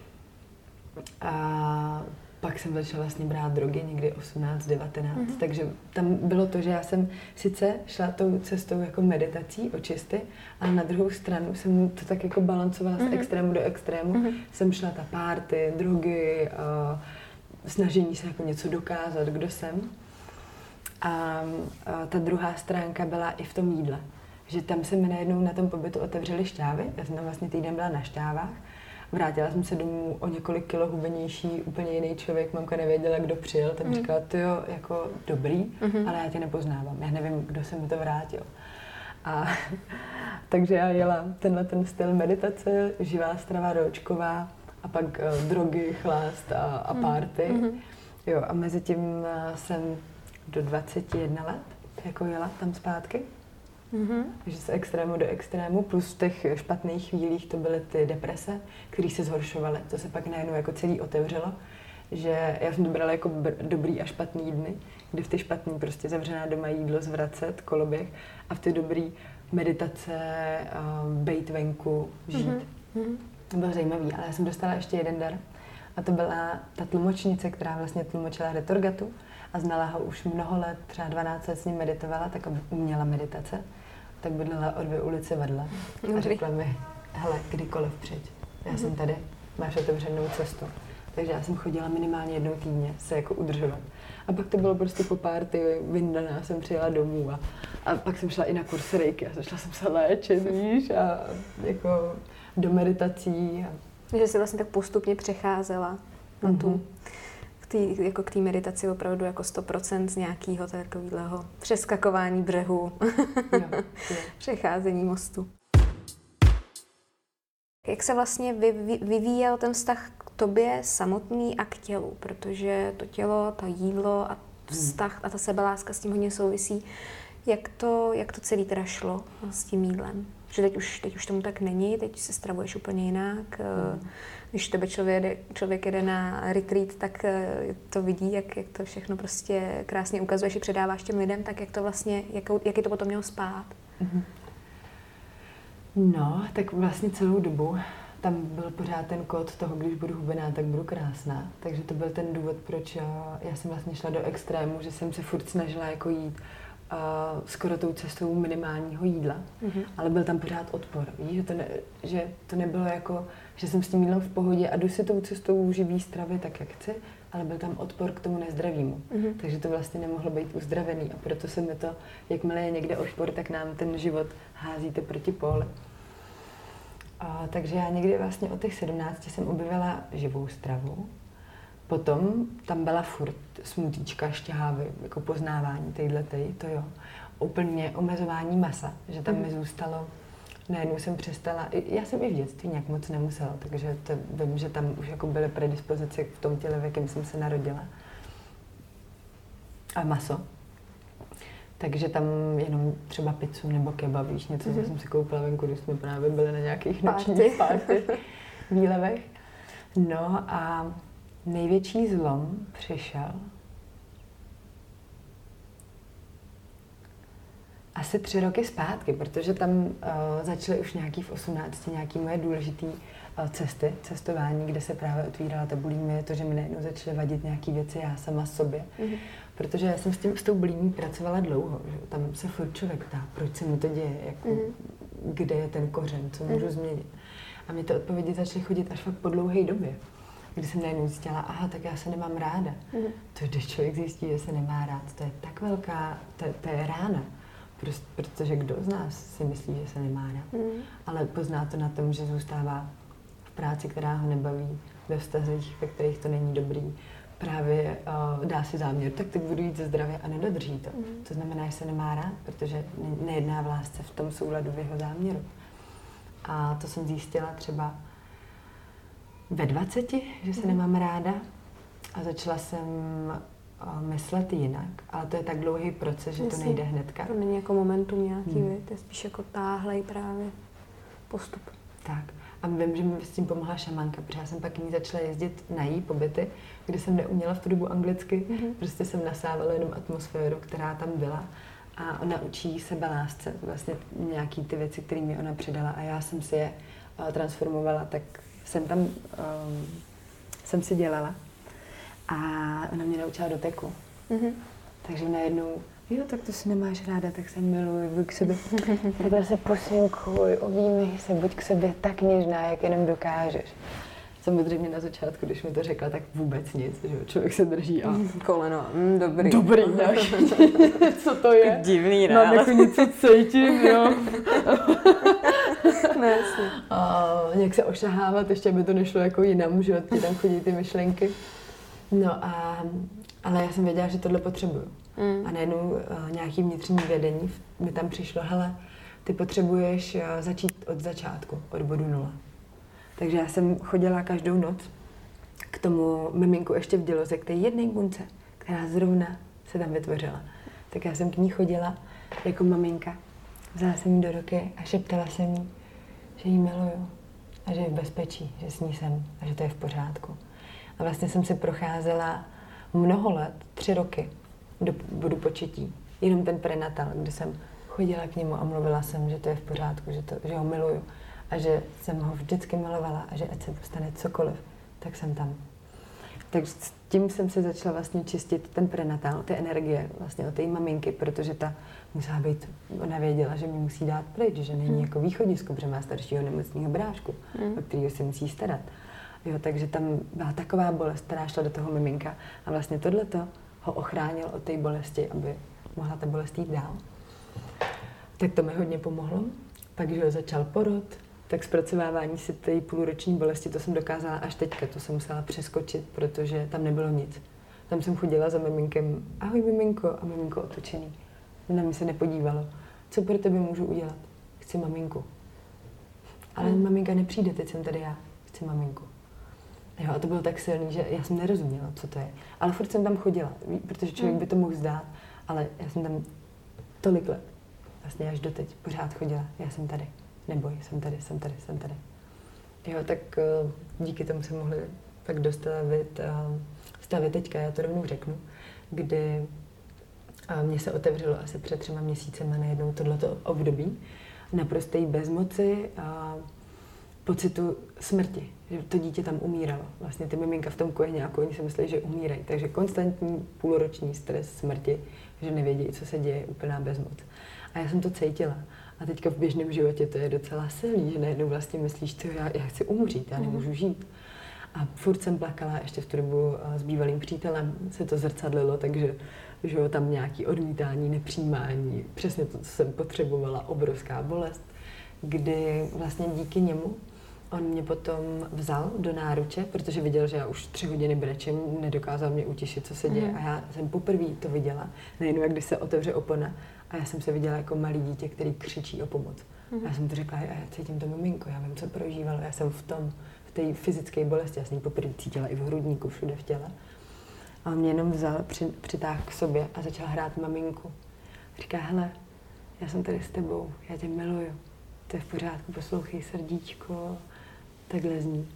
B: a pak jsem začala vlastně brát drogy někdy osmnáct, devatenáct, mm-hmm. takže tam bylo to, že já jsem sice šla tou cestou jako meditací, očisty, ale na druhou stranu jsem to tak jako balancovala mm-hmm. z extrému do extrému. Mm-hmm. Jsem šla ta párty, drogy, a snažení se jako něco dokázat, kdo jsem. A, a ta druhá stránka byla i v tom jídle, že tam se mi najednou na tom pobytu otevřely štávy, já jsem tam vlastně týden byla na štávách vrátila jsem se domů o několik kilo hubenější, úplně jiný člověk, mamka nevěděla, kdo přijel, tam mm. říkala, ty jo, jako dobrý, mm-hmm. ale já tě nepoznávám, já nevím, kdo se mi to vrátil. A takže já jela tenhle ten styl meditace, živá strava ročková a pak uh, drogy, chlást a, a party. Mm-hmm. Jo, a mezi tím uh, jsem do dvaceti jedna let jako jela tam zpátky. Mm-hmm. Takže z extrému do extrému, plus v těch špatných chvílích to byly ty deprese, které se zhoršovaly. To se pak najednou jako celý otevřelo, že já jsem to brala jako br- dobrý a špatný dny, kdy v ty špatný prostě zavřená doma jídlo zvracet, koloběh, a v ty dobrý meditace, um, bejt venku, žít. Mm-hmm. To bylo zajímavý, ale já jsem dostala ještě jeden dar a to byla ta tlumočnice, která vlastně tlumočila Retorgatu a znala ho už mnoho let, třeba dvanáct let s ním meditovala, tak uměla meditace, tak bydlela o dvě ulice vedle a řekla mi, hele, kdykoliv přijď, já mm-hmm. jsem tady, máš otevřenou cestu. Takže já jsem chodila minimálně jednou týdně se jako udržovat. A pak to bylo prostě po party, vyndaná, jsem přijela domů a, a pak jsem šla i na kurz reiki a začala jsem se léčit, víš, a jako do meditací. A...
A: Že jsi vlastně tak postupně přecházela na tu, mm-hmm. k té jako k té meditaci opravdu jako sto procent z nějakého takového přeskakování břehu,
B: jo, jo.
A: přecházení mostu. Jak se vlastně vyvíjel ten vztah k tobě samotný a k tělu? Protože to tělo, to jídlo a vztah a ta sebeláska s tím hodně souvisí. Jak to, jak to celé teda šlo s tím jídlem? Že teď už, teď už tomu tak není, teď se stravuješ úplně jinak. Mm. Když tebe člověk, člověk jede na retreat, tak to vidí, jak, jak to všechno prostě krásně ukazuješ i předáváš těm lidem, tak jak to vlastně, jak, jak je to potom mělo spát?
B: Mm-hmm. No, tak vlastně celou dobu tam byl pořád ten kód toho, když budu hubená, tak budu krásná. Takže to byl ten důvod, proč já, já jsem vlastně šla do extrému, že jsem se furt snažila jako jít uh, skoro tou cestou minimálního jídla, mm-hmm. ale byl tam pořád odpor. Víš, že to, ne, že to nebylo jako, že jsem s tím jídlem v pohodě a jdu si tou cestou živý stravy tak, jak chci, ale byl tam odpor k tomu nezdravému. Mm-hmm. Takže to vlastně nemohlo být uzdravený a proto se mi to, jakmile je někde odpor, tak nám ten život házíte proti póle. A, takže já někdy vlastně od těch sedmnácti jsem objevila živou stravu. Potom tam byla furt smutíčka, šťávy, jako poznávání téhletej, to jo. Úplně omezování masa, že tam mm. mi zůstalo, najednou jsem přestala, já jsem i v dětství nějak moc nemusela, takže to, vím, že tam už jako byly predispozice v tom těle, v jakém jsem se narodila. A maso. Takže tam jenom třeba pizzu nebo kebab, víš, něco, mm-hmm. co jsem si koupila venku, když jsme právě byli na nějakých nočních party, výlevech. No a největší zlom přišel asi tři roky zpátky, protože tam uh, začaly už nějaký v osmnácti nějaký moje důležitý uh, cesty, cestování, kde se právě otvírala ta bulimie, to, že mi najednou začaly vadit nějaký věci já sama sobě. Mm-hmm. Protože já jsem s, tím, s tou bulimií pracovala dlouho, že? Tam se furt člověk ptá, proč se mi to děje, jako, mm-hmm. kde je ten kořen, co můžu mm-hmm. změnit. A mě ty odpovědi začaly chodit až fakt po dlouhé době, kdy jsem najednou zjistila, aha, tak já se nemám ráda. Mm-hmm. To, když člověk zjistí, že se nemá rád, to je tak velká, to, to je rána. Prost, protože kdo z nás si myslí, že se nemá rád. Mm-hmm. Ale pozná to na tom, že zůstává v práci, která ho nebaví, ve vztazích, ve kterých to není dobrý. Právě uh, dá si záměr, tak teď budu jít ze zdravě a nedodrží to. Mm. To znamená, že se nemá rád, protože nejedná v lásce v tom souladu v jeho záměru. A to jsem zjistila třeba ve dvaceti, že se mm. nemám ráda a začala jsem uh, myslet jinak, ale to je tak dlouhý proces, že Jasně. to nejde hnedka.
A: To není jako momentum nějaký, mm. to je spíš jako táhlej právě postup.
B: Tak. A vím, že mi s tím pomohla šamanka, protože já jsem pak ní začala jezdit na její pobyty, kde jsem neuměla v tu dobu anglicky. Mm-hmm. Prostě jsem nasávala jenom atmosféru, která tam byla. A ona učí sebelásce, vlastně nějaký ty věci, které mi ona předala. A já jsem si je uh, transformovala, tak jsem tam, um, jsem si dělala. A ona mě naučila doteku. Mm-hmm. Takže najednou, jo, tak to si nemáš ráda, tak se miluj, buď k sobě, takhle se posinkuj, objímej se, buď k sobě tak něžná, jak jenom dokážeš. Samozřejmě na začátku, když mi to řekla, tak vůbec nic, že člověk se drží a...
A: Koleno, mm, dobrý.
B: Dobrý, ne? Co to je?
A: Divný, ne?
B: Mám jako něco cítím, jo.
A: No, jasně.
B: A nějak se ošahávat, ještě aby to nešlo jako jinam, že ti tam chodí ty myšlenky. No a, ale já jsem věděla, že tohle potřebuju. Mm. A najednou uh, nějaký vnitřní vedení mi tam přišlo, hele, ty potřebuješ uh, začít od začátku, od bodu nula. Takže já jsem chodila každou noc k tomu miminku ještě v děloze, k té jedné bunce, která zrovna se tam vytvořila. Tak já jsem k ní chodila jako maminka. Vzala jsem jí do ruky a šeptala jsem jí, že jí miluju a že je v bezpečí, že s ní jsem a že to je v pořádku. A vlastně jsem si procházela mnoho let, tři roky do bodu početí. Jenom ten prenatal, kdy jsem chodila k němu a mluvila jsem, že to je v pořádku, že, to, že ho miluju a že jsem ho vždycky milovala a že ať se stane cokoliv, tak jsem tam. Tak s tím jsem se začala vlastně čistit ten prenatal, ty energie vlastně od té maminky, protože ta musela být, ona věděla, že mi musí dát pryč, že není jako východisko, protože má staršího nemocného brášku, mm. o kterého se musí starat. Jo, takže tam byla taková bolest, která šla do toho miminka a vlastně tohleto ho ochránil od té bolesti, aby mohla ta bolest jít dál. Tak to mi hodně pomohlo. Pak, že ho začal porod, tak zpracovávání si té půlroční bolesti, to jsem dokázala až teďka, to jsem musela přeskočit, protože tam nebylo nic. Tam jsem chodila za miminkem, ahoj miminko, a miminko otočený. Na mě se nepodívalo. Co pro tebe můžu udělat? Chci maminku. Ale hmm. maminka nepřijde, teď jsem tady já. Chci maminku. Jo, a to bylo tak silný, že já jsem nerozuměla, co to je. Ale furt jsem tam chodila, protože člověk by to mohl zdát, ale já jsem tam tolik let, vlastně až doteď, pořád chodila. Já jsem tady, neboj, jsem tady, jsem tady, jsem tady. Jo, tak díky tomu se mohli tak dostavit, stavit teďka, já to rovnou řeknu, kdy mně se otevřelo asi před třema měsícema najednou tohleto období naprosté bezmoci a pocitu smrti, že to dítě tam umíralo. Vlastně ty miminka v tom kojeňáku, oni si mysleli, že umírají. Takže konstantní půlroční stres smrti, že nevědí, co se děje, úplná bezmoc. A já jsem to cítila. A teďka v běžném životě to je docela silný, že najednou vlastně myslíš, že já, já chci umřít, já nemůžu žít. A furt jsem plakala, ještě v tu dobu s bývalým přítelem se to zrcadlilo, takže že jo, tam nějaké odmítání, nepřijímání, přesně to, co jsem potřebovala, obrovská bolest, kdy vlastně díky němu on mě potom vzal do náruče, protože viděl, že já už tři hodiny brečím, nedokázal mě utěšit, co se děje. Mm. A já jsem poprvé to viděla, nejenom jak když se otevře opona, a já jsem se viděla jako malý dítě, který křičí o pomoc. Mm. A já jsem to řekla, já cítím to miminko, já vím, co prožívalo, já jsem v tom, v té fyzické bolesti, já jsem ji poprvé cítila i v hrudníku, všude v těle. A on mě jenom vzal, při, přitáhl k sobě a začal hrát maminku. Říká, hele, já jsem tady s tebou, já tě miluju, to je v pořádku, poslouchej srdíčko, takhle zní.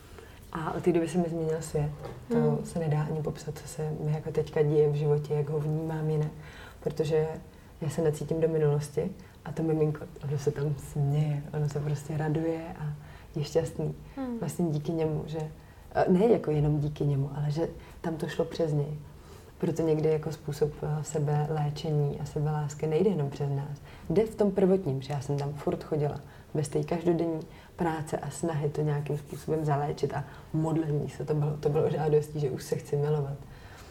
B: A od té doby se mi změnil svět. To mm. se nedá ani popsat, co se mi jako teďka děje v životě, jak ho vnímám jinak. Protože já se necítím do minulosti a to miminko, ono se tam směje, ono se prostě raduje a je šťastný. Mm. Vlastně díky němu, že ne jako jenom díky němu, ale že tam to šlo přes něj. Proto někdy jako způsob sebe léčení a sebelásky nejde jenom přes nás. Jde v tom prvotním, že já jsem tam furt chodila. Bez té každodenní práce a snahy to nějakým způsobem zaléčit a modlení se, to bylo, to bylo žádostí, že už se chci milovat.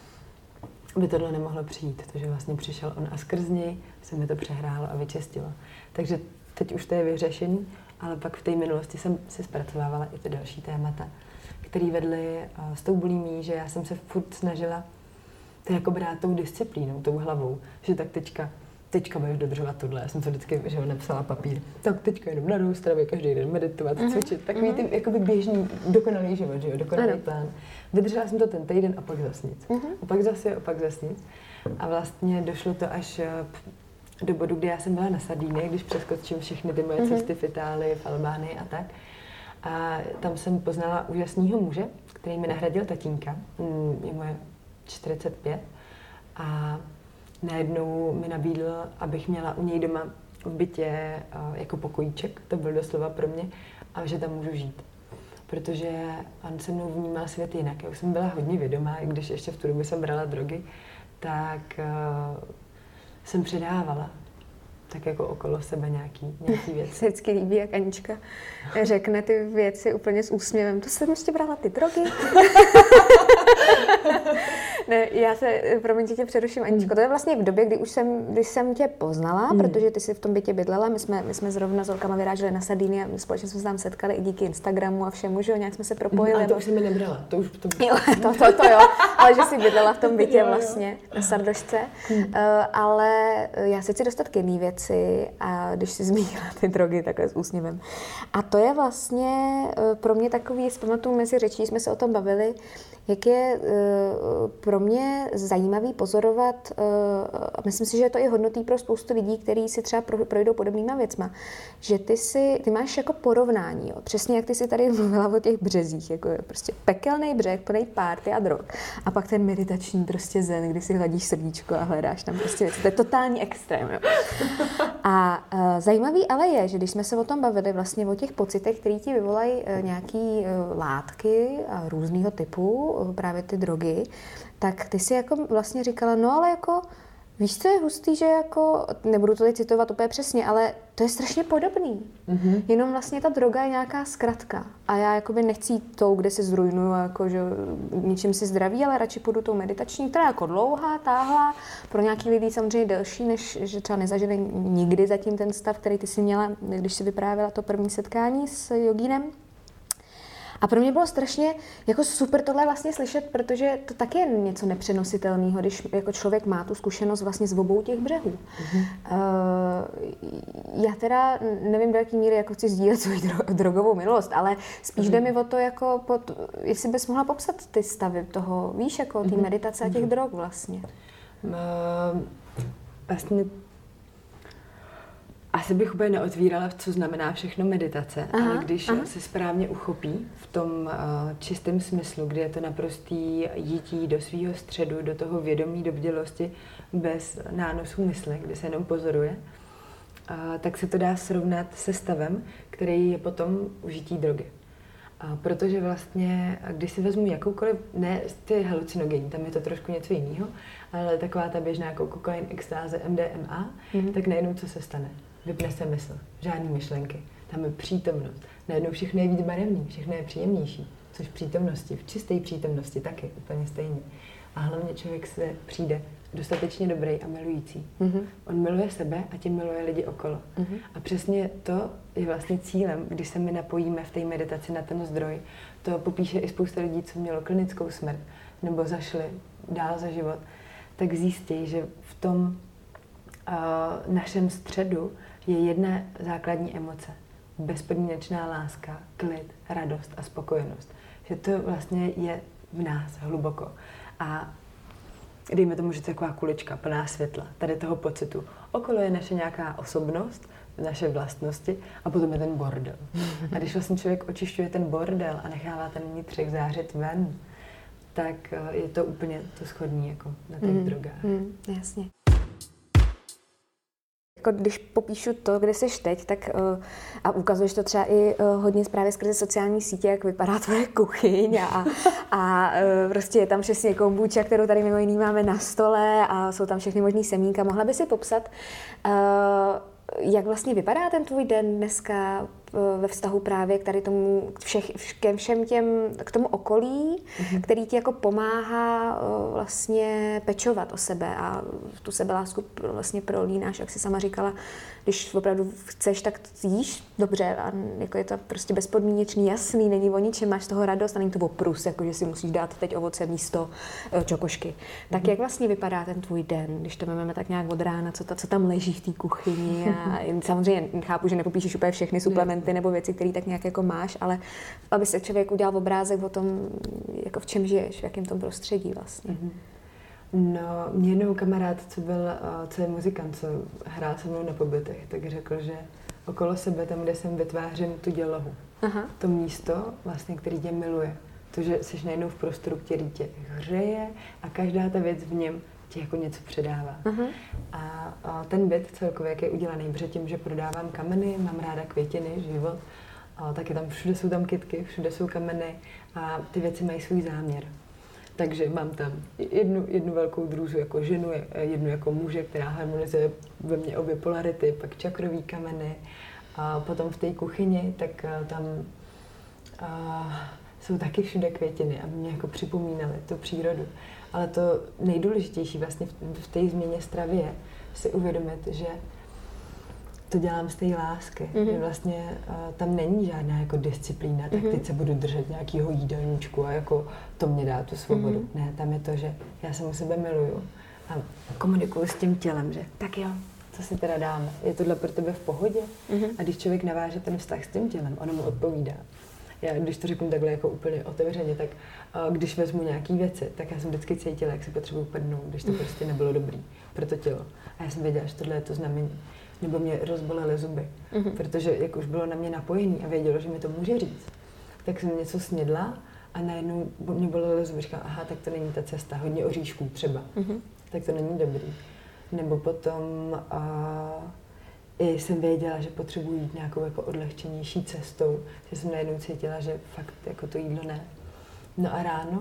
B: By tohle nemohlo přijít, takže vlastně přišel on a skrz něj se mi to přehrálo a vyčistilo. Takže teď už to je vyřešení, ale pak v té minulosti jsem si zpracovávala i ty další témata, které vedly s tou bulimí, že já jsem se furt snažila to jako brát tou disciplínou, tou hlavou, že tak teďka, teďka budeš dodržovat tohle. Já jsem to vždycky, že napsala papír. Tak teďka jenom na stravě, každý den meditovat, mm-hmm. cvičit. Takový ty jakoby běžný, dokonalý život, že jo, dokonalý ano. plán. Vydržela jsem to ten týden a pak zas nic. Mm-hmm. A pak zase, a pak zas nic. A vlastně došlo to až do bodu, kdy já jsem byla na Sardínii, když přeskočím všechny ty moje mm-hmm. cesty v Itálii, v Albánii a tak. A tam jsem poznala úžasného muže, který mi nahradil tatínka. Je moje čtyřicet pět. A najednou mi nabídl, abych měla u něj doma v bytě jako pokojíček, to byl doslova pro mě, a že tam můžu žít. Protože on se mnou vnímal svět jinak. Já už jsem byla hodně vědomá, i když ještě v tu dobu jsem brala drogy, tak uh, jsem předávala tak jako okolo sebe nějaký, nějaký věci.
A: Se vždycky líbí, jak Anička řekne ty věci úplně s úsměvem. To jsem ještě brala ty drogy. Ne, já se, promiň, tě přeruším, Aničko, to je vlastně v době, kdy už jsem, když jsem tě poznala, hmm. protože ty jsi v tom bytě bydlela, my jsme, my jsme zrovna s holkama vyráželi na Sardinii a společně jsme se tam setkali i díky Instagramu a všemu, že jo, nějak jsme se propojili.
B: A to už jsi mi nebrala, to už to...
A: Jo, to, to, to jo, ale že jsi bydlela v tom bytě vlastně, na Sardošce, hmm. uh, ale já se chci dostat k jedné věci a když jsi zmínila ty drogy takhle s úsměvem. A to je vlastně uh, pro mě takový, zpamatuju mezi řečí, jsme se o tom bavili, jak je uh, pro mě zajímavý pozorovat, uh, myslím si, že je to i hodnotný pro spoustu lidí, kteří si třeba projdou podobnýma věcma, že ty si, ty máš jako porovnání, jo. Přesně jak ty si tady mluvila o těch březích, jako je prostě pekelný břeh, plný párty a drog. A pak ten meditační prostě zen, kdy si hladíš srdíčko a hledáš tam prostě věci. To je totální extrém, jo. A uh, zajímavý ale je, že když jsme se o tom bavili vlastně o těch pocitech, které ti vyvolají uh, nějaký uh, látky uh, různýho typu, právě ty drogy, tak ty si jako vlastně říkala, no ale jako, víš, co je hustý, že jako, nebudu to teď citovat úplně přesně, ale to je strašně podobný. Mm-hmm. Jenom vlastně ta droga je nějaká zkratka. A já jakoby nechci jít tou, kde se zrujnuju, jako, že ničím si zdraví, ale radši půjdu tou meditační, která je jako dlouhá, táhla, pro nějaký lidi samozřejmě delší, než že třeba nezažili nikdy zatím ten stav, který ty si měla, když si vyprávěla to první setkání s jogínem. A pro mě bylo strašně jako super tohle vlastně slyšet, protože to taky je něco nepřenositelného, když jako člověk má tu zkušenost vlastně z obou těch břehů. Mm-hmm. Uh, já teda nevím, do jaký míry jako chci sdílet svou dro- drogovou minulost, ale spíš mm-hmm. jde mi o to, jako pod, jestli bys mohla popsat ty stavy toho, víš, jako té mm-hmm. meditace a těch mm-hmm. drog vlastně.
B: Uh, vlastně Asi bych úplně neotvírala, co znamená všechno meditace, aha, ale když aha. se správně uchopí v tom uh, čistém smyslu, kdy je to naprostý jítí do svého středu, do toho vědomí, do bdělosti, bez nánosu mysli, kde se jenom pozoruje, uh, tak se to dá srovnat se stavem, který je potom užití drogy. Uh, protože vlastně, když si vezmu jakoukoliv, ne ty halucinogenní, tam je to trošku něco jiného, ale taková ta běžná jako kokain, extáze, M D M A, mm-hmm. tak najednou co se stane? Vypne se mysl, žádný myšlenky, tam je přítomnost. Najednou všechno je víc barevný, všechno je příjemnější, což v přítomnosti, v čisté přítomnosti taky úplně stejně. A hlavně člověk se přijde dostatečně dobrý a milující. Mm-hmm. On miluje sebe a tím miluje lidi okolo. Mm-hmm. A přesně to je vlastně cílem, když se my napojíme v té meditaci na ten zdroj. To popíše i spousta lidí, co mělo klinickou smrt nebo zašli dál za život, tak zjistí, že v tom uh, našem středu je jedna základní emoce. Bezpodmínečná láska, klid, radost a spokojenost. Že to vlastně je v nás hluboko. A dejme tomu, že to je taková kulička plná světla, tady toho pocitu. Okolo je naše nějaká osobnost, naše vlastnosti a potom je ten bordel. A když vlastně člověk očišťuje ten bordel a nechává ten vnitřek zářit ven, tak je to úplně to shodný jako na těch mm, drogách.
A: Mm, jasně. Jako když popíšu to, kde jsi teď, tak uh, a ukazuješ to třeba i uh, hodně právě skrze sociální sítě, jak vypadá tvoje kuchyň a, a uh, prostě je tam přesně kombucha, kterou tady mimo jiný máme na stole a jsou tam všechny možný semínka. Mohla by si popsat, uh, jak vlastně vypadá ten tvůj den dneska ve vztahu právě k tady tomu všech, ke všem těm, k tomu okolí, mm-hmm. který ti jako pomáhá vlastně pečovat o sebe a tu sebelásku vlastně prolínáš, jak jsi sama říkala, když opravdu chceš, tak jíš dobře a jako je to prostě bezpodmínečný, jasný, není o ničem, máš z toho radost a není to oprus, jako že si musíš dát teď ovoce místo čokošky. Mm-hmm. Tak jak vlastně vypadá ten tvůj den, když to máme tak nějak od rána, co, ta, co tam leží v té kuchyni a samozřejmě chápu, že nepopíšeš úplně všechny suplementy nebo věci, které tak nějak jako máš, ale aby se člověk udělal obrázek o tom, jako v čem žiješ, v jakém tom prostředí vlastně. Mm-hmm.
B: No, mě jednou kamarád, co byl, co je muzikant, co hrál se mnou na pobytech, tak řekl, že okolo sebe, tam, kde jsem, vytvářím tu dělohu. Aha. To místo, vlastně, který tě miluje. To, že jsi najednou v prostoru, který tě hřeje a každá ta věc v něm ti jako něco předává. Uh-huh. A, a ten byt celkově, jak je udělaný, protože tím, že prodávám kameny, mám ráda květiny, život, a taky tam všude jsou tam kytky, všude jsou kameny a ty věci mají svůj záměr. Takže mám tam jednu, jednu velkou drůzu jako ženu, jednu jako muže, která harmonizuje ve mně obě polarity, pak čakrový kameny a potom v té kuchyni, tak tam a, jsou taky všude květiny, aby mě jako připomínaly tu přírodu. Ale to nejdůležitější vlastně v, v té změně stravy je si uvědomit, že to dělám z té lásky, mm-hmm. že vlastně uh, tam není žádná jako disciplína, tak mm-hmm. teď se budu držet nějakého jídelníčku a jako to mě dá tu svobodu. Mm-hmm. Ne, tam je to, že já se u sebe miluju a komunikuju s tím tělem, že tak jo, co si teda dáme, je tohle pro tebe v pohodě? Mm-hmm. A když člověk naváže ten vztah s tím tělem, ono mu odpovídá. Já, když to řeknu takhle jako úplně otevřeně, tak uh, když vezmu nějaký věci, tak já jsem vždycky cítila, jak si potřebuji prdnout, když to prostě nebylo dobrý pro to tělo. A já jsem věděla, že tohle je to znamení. Nebo mě rozbolely zuby, mm-hmm. protože jak už bylo na mě napojený a vědělo, že mi to může říct, tak jsem něco snědla a najednou mě bolely zuby. Říkala, aha, tak to není ta cesta, hodně oříšků třeba, mm-hmm. tak to není dobrý. Nebo potom a, i jsem věděla, že potřebuji jít nějakou jako odlehčenější cestou, že jsem najednou cítila, že fakt jako to jídlo ne. No a ráno,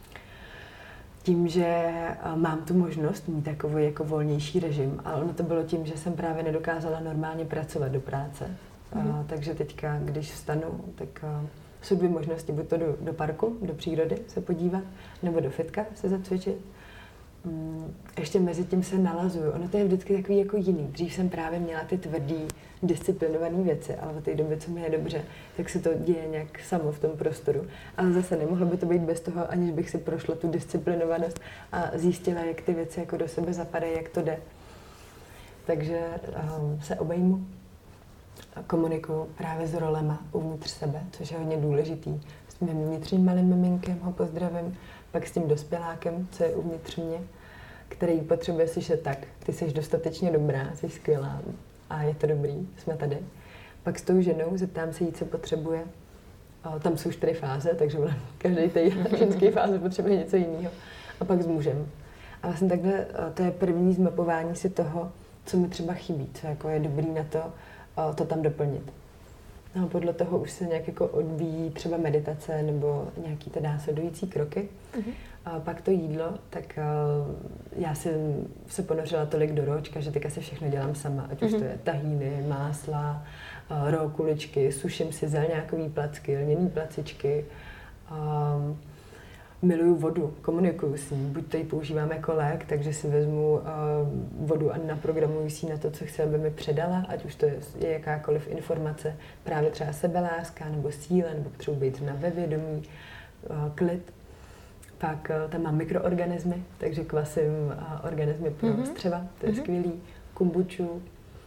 B: tím, že mám tu možnost mít takový jako volnější režim, ale ono to bylo tím, že jsem právě nedokázala normálně pracovat do práce. Mm. A, takže teďka, když vstanu, tak a, jsou dvě možnosti, buď to do, do parku, do přírody se podívat, nebo do fitka se zacvičit. Mm, ještě mezi tím se nalazuju. Ono to je vždycky takový jako jiný. Dřív jsem právě měla ty tvrdý, disciplinované věci, ale v té době, co mi je dobře, tak se to děje nějak samo v tom prostoru. Ale zase nemohlo by to být bez toho, aniž bych si prošla tu disciplinovanost a zjistila, jak ty věci jako do sebe zapadají, jak to jde. Takže um, se obejmu a komunikuju právě s rolema uvnitř sebe, což je hodně důležitý. S mým vnitřním malým miminkem ho pozdravím, pak s tím dospělákem, co je uvnitř mě, který potřebuje slyšet tak, ty jsi dostatečně dobrá, jsi skvělá a je to dobrý, jsme tady. Pak s tou ženou zeptám se jí, co potřebuje. A tam jsou čtyři fáze, takže každý té ženské fáze potřebuje něco jiného. A pak s mužem. A vlastně takhle to je první zmapování si toho, co mi třeba chybí, co jako je dobrý na to, to tam doplnit. No, podle toho už se nějak jako odvíjí třeba meditace nebo nějaký ty následující kroky. Mm-hmm. A pak to jídlo, tak uh, já jsem se ponořila tolik do ročka, že teďka si všechno dělám sama, ať mm-hmm. už to je tahíny, másla, uh, raw kuličky, suším si zelňákový placky, lněný placičky. Um, miluju vodu, komunikuju s ní, buď to ji používám jako lék, takže si vezmu uh, vodu a naprogramuji si na to, co chci, aby mi předala, ať už to je, je jakákoliv informace, právě třeba sebeláska, nebo síla, nebo potřebuji být na ve vědomí, uh, klid. Pak uh, tam mám mikroorganismy, takže kvasím uh, organismy pro mm-hmm. střeva, to je mm-hmm. skvělý, kombuču.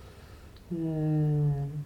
B: Hmm.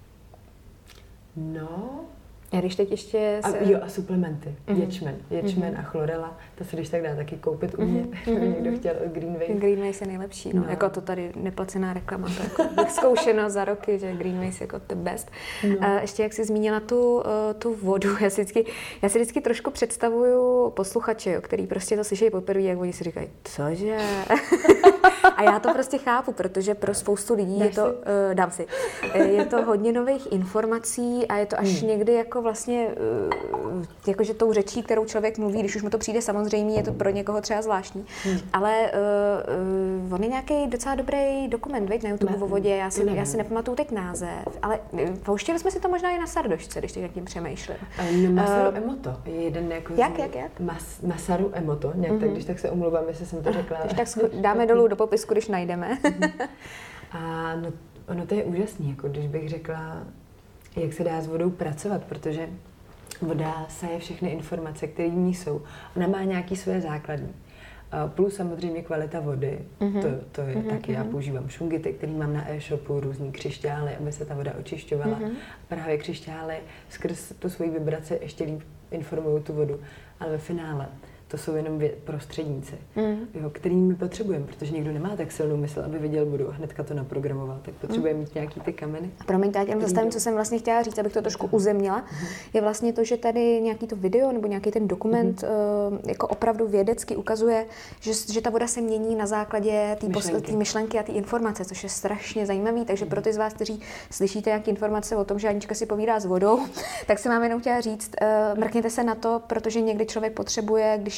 B: No...
A: A když teď ještě se...
B: A, jo, a suplementy. Mm-hmm. Ječmen. Ječmen mm-hmm. a chlorela. To se když tak dá taky koupit u mě. Mm-hmm. Někdo chtěl Greenway.
A: Greenway je nejlepší. No. No. Jako to tady neplacená reklama. To jako bych zkoušeno za roky, že Greenway je jako the best. No. A ještě jak jsi zmínila tu, tu vodu. Já si vždycky, já si vždycky trošku představuju posluchače, jo, který prostě to slyšejí poprvé, jak oni si říkají, cože? A já to prostě chápu, protože pro spoustu lidí Dáš je to, uh, dám si, je to hodně nových informací a je to až hmm. někdy jako vlastně, uh, jakože tou řečí, kterou člověk mluví, když už mu to přijde samozřejmě, je to pro někoho třeba zvláštní. Hmm. Ale uh, uh, on je nějaký docela dobrý dokument, veď, na YouTube o vodě, já si, já si nepamatuju teď název, ale pouštěli jsme si to možná i na Sardošce, když teď nad tím přemýšlím.
B: Um, Masaru uh, Emoto je jeden jako...
A: Jak, jak, jak?
B: Mas, Masaru Emoto, nějak mm-hmm. tak, když tak se omluvám, jestli jsem to řekla.
A: Když tak dáme dolů do popisku, když najdeme.
B: A no, ono to je úžasný, jako když bych řekla, jak se dá s vodou pracovat, protože voda saje všechny informace, které v ní jsou. Ona má nějaké své základní. Plus samozřejmě kvalita vody, mm-hmm. to, to je mm-hmm. taky, já používám šungity, který mám na e-shopu, různý křišťály, aby se ta voda očišťovala. Mm-hmm. Právě křišťály skrz tu svoji vibraci ještě líp informují tu vodu, ale ve finále to jsou jenom prostředníci, mm. jo, který my potřebujeme, protože někdo nemá tak silnou mysl, aby viděl vodu a hnedka to naprogramoval, tak potřebujeme mm. mít nějaký ty kameny.
A: Promiňte, já těm zastavím, co jsem vlastně chtěla říct, abych to trošku uzemnila, mm. je vlastně to, že tady nějaký to video nebo nějaký ten dokument mm. uh, jako opravdu vědecky ukazuje, že, že ta voda se mění na základě té myšlenky. myšlenky a té informace, což je strašně zajímavý, takže mm. pro ty z vás, kteří slyšíte nějaké informace o tom, že Anička si povídá s vodou, tak se vám jenom chtěla říct, uh, mrkněte se na to, protože někdy člověk potřebuje, když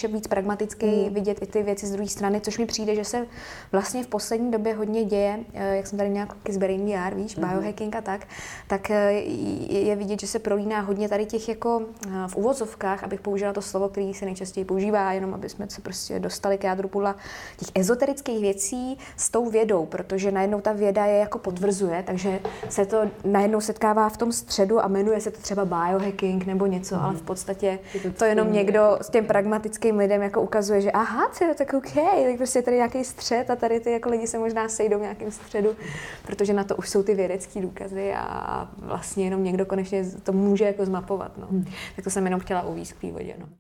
A: začneš víc pragmaticky mm. vidět i ty věci z druhé strany, což mi přijde, že se vlastně v poslední době hodně děje, jak jsem tady měla s Brain V R, víš, mm. biohacking a tak, tak je vidět, že se prolíná hodně tady těch jako v uvozovkách, abych použila to slovo, který se nejčastěji používá, jenom aby jsme se prostě dostali k jádru pudla těch ezoterických věcí s tou vědou, protože najednou ta věda je jako potvrzuje, takže se to najednou setkává v tom středu a jmenuje se to třeba biohacking nebo něco, mm. ale v podstatě to, to jenom někdo s těm pragmatickým lidem jako ukazuje, že aha, co je tak OK, tak prostě je tady nějaký střed a tady ty jako lidi se možná sejdou v nějakém středu, protože na to už jsou ty vědecké důkazy a vlastně jenom někdo konečně to může jako zmapovat. No. Mm. Tak to jsem jenom chtěla uvízt k té vodě. No.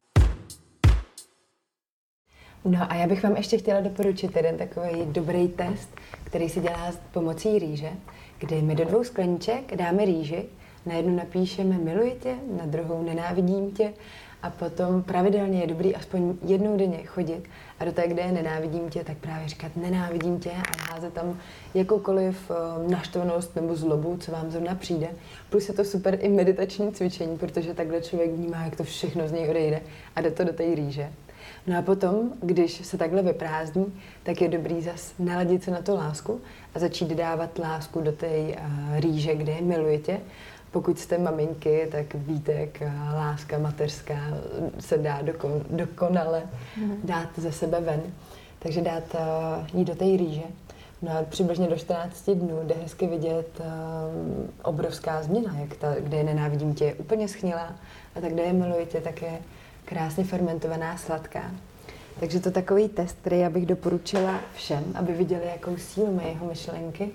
B: No a já bych vám ještě chtěla doporučit jeden takový dobrý test, který se dělá s pomocí rýže, kdy my do dvou skleniček dáme rýži, na jednu napíšeme miluji tě, na druhou nenávidím tě a potom pravidelně je dobrý aspoň jednou denně chodit a do té, kde je nenávidím tě, tak právě říkat nenávidím tě a házet tam jakoukoliv naštvanost nebo zlobu, co vám zrovna přijde. Plus je to super i meditační cvičení, protože takhle člověk vnímá, jak to všechno z něj odejde a jde to do té rýže. No a potom, když se takhle vyprázdní, tak je dobrý zas naladit se na tu lásku a začít dávat lásku do té uh, rýže, kde je miluji tě. Pokud jste maminky, tak víte, jak uh, láska mateřská se dá dokon, dokonale mm. dát ze sebe ven. Takže dát uh, jí do té rýže. No a přibližně do čtrnácti dnů jde hezky vidět uh, obrovská změna, jak ta, kde je nenávidím tě, je úplně schnilá a tak, kde je miluji tě, tak je krásně fermentovaná, sladká. Takže to takový test, který já bych doporučila všem, aby viděli, jakou sílu mají jeho myšlenky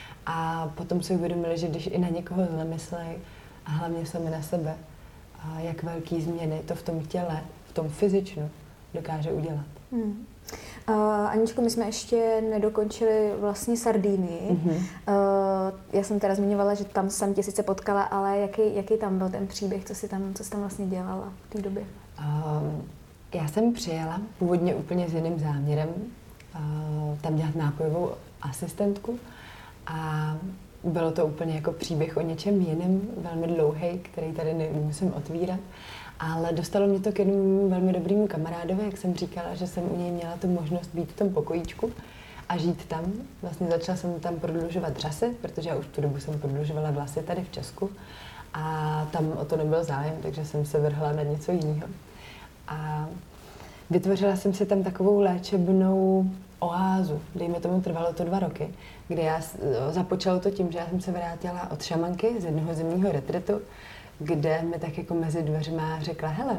B: a potom si uvědomili, že když i na někoho zle myslej a hlavně sami na sebe, a jak velký změny to v tom těle, v tom fyzičnu dokáže udělat.
A: Hmm. Uh, Aničko, my jsme ještě nedokončili vlastně Sardinii. Mm-hmm. Uh, já jsem teda zmiňovala, že tam jsem tě sice potkala, ale jaký, jaký tam byl ten příběh, co jsi tam, co jsi tam vlastně dělala v té době?
B: Um, já jsem přijela původně úplně s jiným záměrem uh, tam dělat nápojovou asistentku a bylo to úplně jako příběh o něčem jiném, velmi dlouhý, který tady nemusím otvírat. Ale dostalo mě to k jednomu velmi dobrému kamarádovi, jak jsem říkala, že jsem u něj měla tu možnost být v tom pokojíčku a žít tam. Vlastně začala jsem tam prodlužovat řasy, protože já už tu dobu jsem prodlužovala vlasy tady v Česku a tam o to nebyl zájem, takže jsem se vrhla na něco jiného. A vytvořila jsem si tam takovou léčebnou oázu, dejme tomu trvalo to dva roky, kde já započalo to tím, že já jsem se vrátila od šamanky z jednoho zimního retretu, kde mi tak jako mezi dveřma řekla, hele,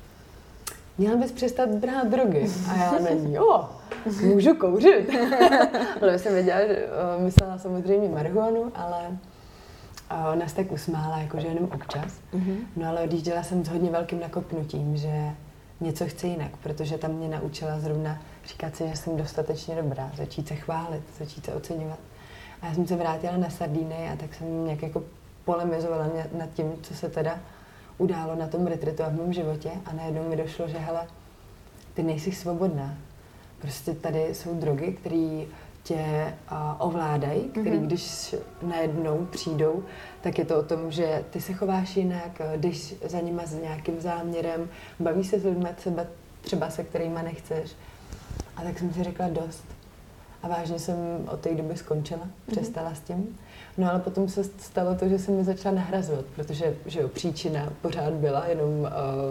B: měla bys přestat brát drogy. A já na ní, jo, můžu kouřit. Ale jsem věděla, že myslela samozřejmě marihuanu, ale ona se tak usmála, jakože jenom občas. Mm-hmm. No ale odjížděla jsem s hodně velkým nakopnutím, že něco chci jinak, protože tam mě naučila zrovna říkat si, že jsem dostatečně dobrá, začít se chválit, začít se oceňovat. A já jsem se vrátila na Sardinii a tak jsem nějak jako polemizovala nad tím, co se teda událo na tom retretu a v mém životě a najednou mi došlo, že hele, ty nejsi svobodná. Prostě tady jsou drogy, které tě uh, ovládají, které mm-hmm. když najednou přijdou, tak je to o tom, že ty se chováš jinak, jdeš za nima s nějakým záměrem, bavíš se s lidmi třeba, třeba se kterýma nechceš. A tak jsem si řekla dost. A vážně jsem od té doby skončila, mm-hmm. přestala s tím. No ale potom se stalo to, že se mi začala nahrazovat, protože že jo, příčina pořád byla, jenom uh,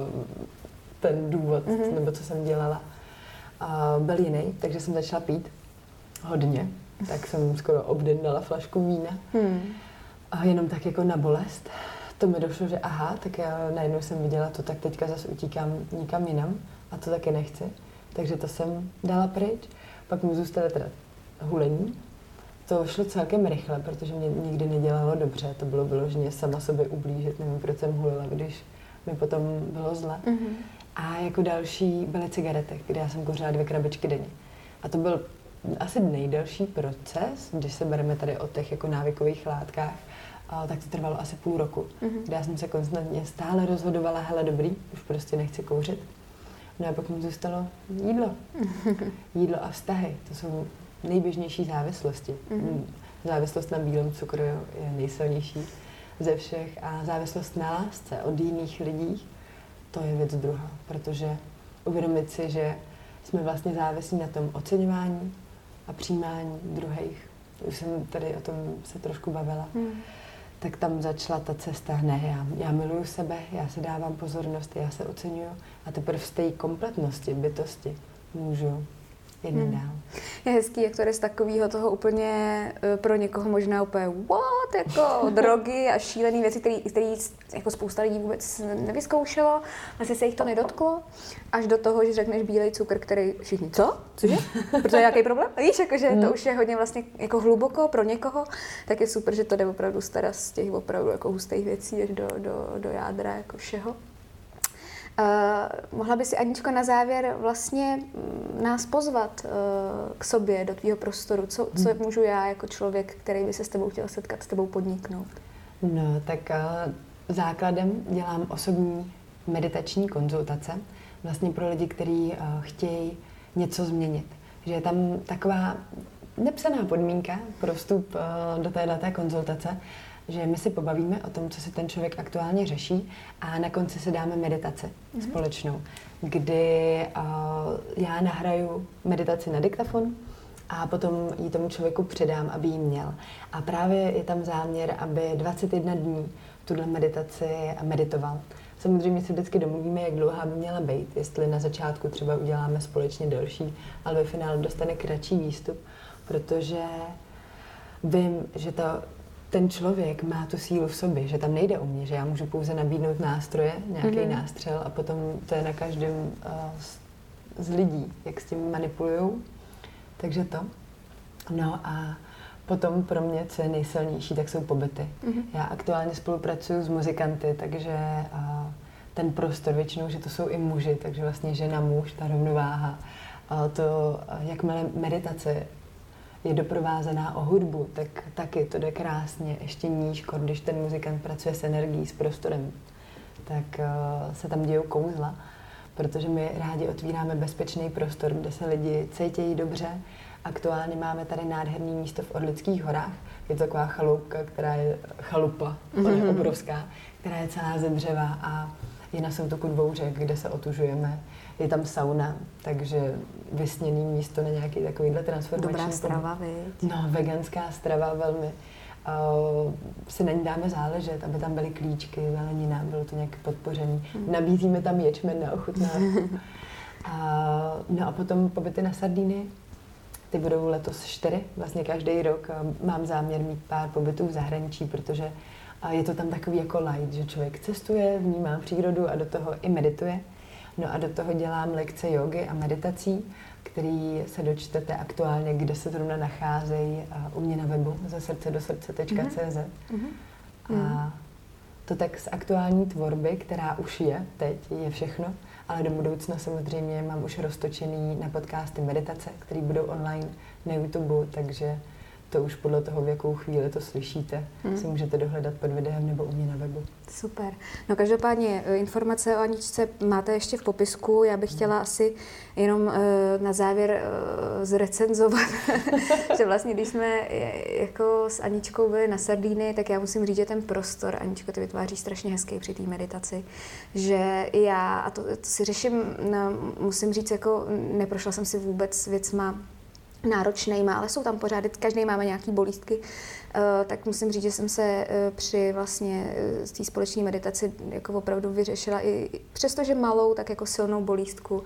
B: ten důvod, mm-hmm. nebo co jsem dělala, uh, byl jiný, takže jsem začala pít hodně. Tak jsem skoro obden dala flašku vína. Mm. A jenom tak jako na bolest. To mi došlo, že aha, tak já najednou jsem viděla to, tak teďka zase utíkám nikam jinam a to taky nechci. Takže to jsem dala pryč. Pak mi zůstalo teda hulení. To šlo celkem rychle, protože mě nikdy nedělalo dobře. To bylo vyloženě sama sobě ublížit. Nevím, proč jsem hulila, když mi potom bylo zle. Mm-hmm. A jako další byly cigarety, kde já jsem kouřila dvě krabičky denně. A to byl asi nejdelší proces, když se bereme tady o těch jako návykových látkách, a tak to trvalo asi půl roku, mm-hmm. kde já jsem se konstantně stále rozhodovala, hele dobrý, už prostě nechci kouřit. No a pak mi zůstalo jídlo. Jídlo a vztahy, to jsou nejběžnější závislosti. Mm-hmm. Závislost na bílém cukru je nejsilnější ze všech a závislost na lásce od jiných lidí, to je věc druhá, protože uvědomit si, že jsme vlastně závislí na tom oceňování a přijímání druhých. Už jsem tady o tom se trošku bavila. Hmm. Tak tam začala ta cesta, ne, já, já miluju sebe, já si dávám pozornost, já se oceňuju a teprve v té kompletnosti, bytosti můžu jít hmm. dál.
A: Je hezký, jak to je z takového toho úplně pro někoho možná úplně what, jako drogy a šílené věci, které jako spousta lidí vůbec nevyzkoušelo, asi se jich to nedotklo, až do toho, že řekneš bílej cukr, který všichni, co? Cože? Protože je nějaký problém? Víš, jakože hmm. to už je hodně vlastně jako hluboko pro někoho, tak je super, že to jde opravdu starat z těch opravdu jako hustých věcí až do, do, do jádra jako všeho. Uh, mohla by si, Aničko, na závěr vlastně nás pozvat uh, k sobě do tvýho prostoru. Co, co hmm. můžu já jako člověk, který by se s tebou chtěl setkat, s tebou podniknout?
B: No, tak uh, základem dělám osobní meditační konzultace. Vlastně pro lidi, kteří uh, chtějí něco změnit. Že je tam taková nepsaná podmínka pro vstup uh, do této konzultace, že my si pobavíme o tom, co si ten člověk aktuálně řeší a na konci si dáme meditaci mm-hmm. společnou, kdy uh, já nahraju meditaci na diktafon a potom ji tomu člověku předám, aby ji měl. A právě je tam záměr, aby dvacet jedna dní tuhle meditaci meditoval. Samozřejmě si vždycky domluvíme, jak dlouhá by měla být, jestli na začátku třeba uděláme společně delší, ale ve finále dostane kratší výstup, protože vím, že to ten člověk má tu sílu v sobě, že tam nejde o mě, že já můžu pouze nabídnout nástroje, nějaký mm-hmm. nástřel a potom to je na každém uh, z, z lidí, jak s tím manipulujou. Takže to. No a potom pro mě, co je nejsilnější, tak jsou pobyty. Mm-hmm. Já aktuálně spolupracuju s muzikanty, takže uh, ten prostor většinou, že to jsou i muži, takže vlastně žena, muž, ta rovnováha. Uh, to, uh, jakmile meditace je doprovázená o hudbu, tak taky to jde krásně, ještě níž, když ten muzikant pracuje s energií, s prostorem, tak uh, se tam dějou kouzla, protože my rádi otvíráme bezpečný prostor, kde se lidi cítějí dobře. Aktuálně máme tady nádherné místo v Orlických horách, je to taková chaloupka, která je chalupa, mm-hmm. je obrovská, která je celá ze dřeva a je na soutoku dvou řek, kde se otužujeme. Je tam sauna, takže vysněný místo na nějaký takovýhle transformační...
A: Dobrá strava, viď?
B: No, veganská strava velmi. Uh, si na ní dáme záležet, aby tam byly klíčky, zelenina, bylo to nějak podpořený. Hmm. Nabízíme tam ječmen na ochutnávku. uh, no a potom pobyty na Sardíny. Ty budou letos čtyři, vlastně každý rok. Mám záměr mít pár pobytů v zahraničí, protože je to tam takový jako light, že člověk cestuje, vnímá přírodu a do toho i medituje. No a do toho dělám lekce jogy a meditací, který se dočtete aktuálně, kde se zrovna nacházejí u mě na webu ze srdce do srdce tečka cé zet. Mm-hmm. A to tak z aktuální tvorby, která už je teď, je všechno, ale do budoucna samozřejmě mám už roztočený na podcasty meditace, které budou online na YouTube, takže to už podle toho, v jakou chvíli to slyšíte, hmm. si můžete dohledat pod videem nebo u mě na webu.
A: Super. No každopádně informace o Aničce máte ještě v popisku. Já bych chtěla asi jenom uh, na závěr uh, zrecenzovat, že vlastně, když jsme jako s Aničkou byli na Sardíny, tak já musím říct, že ten prostor, Aničko, ty vytváří strašně hezký při té meditaci, že já, a to, to si řeším, no, musím říct, jako neprošla jsem si vůbec věcma náročnejma, ale jsou tam pořád, každý máme nějaký bolístky, uh, tak musím říct, že jsem se uh, při vlastně uh, té společné meditaci jako opravdu vyřešila i přestože malou, tak jako silnou bolístku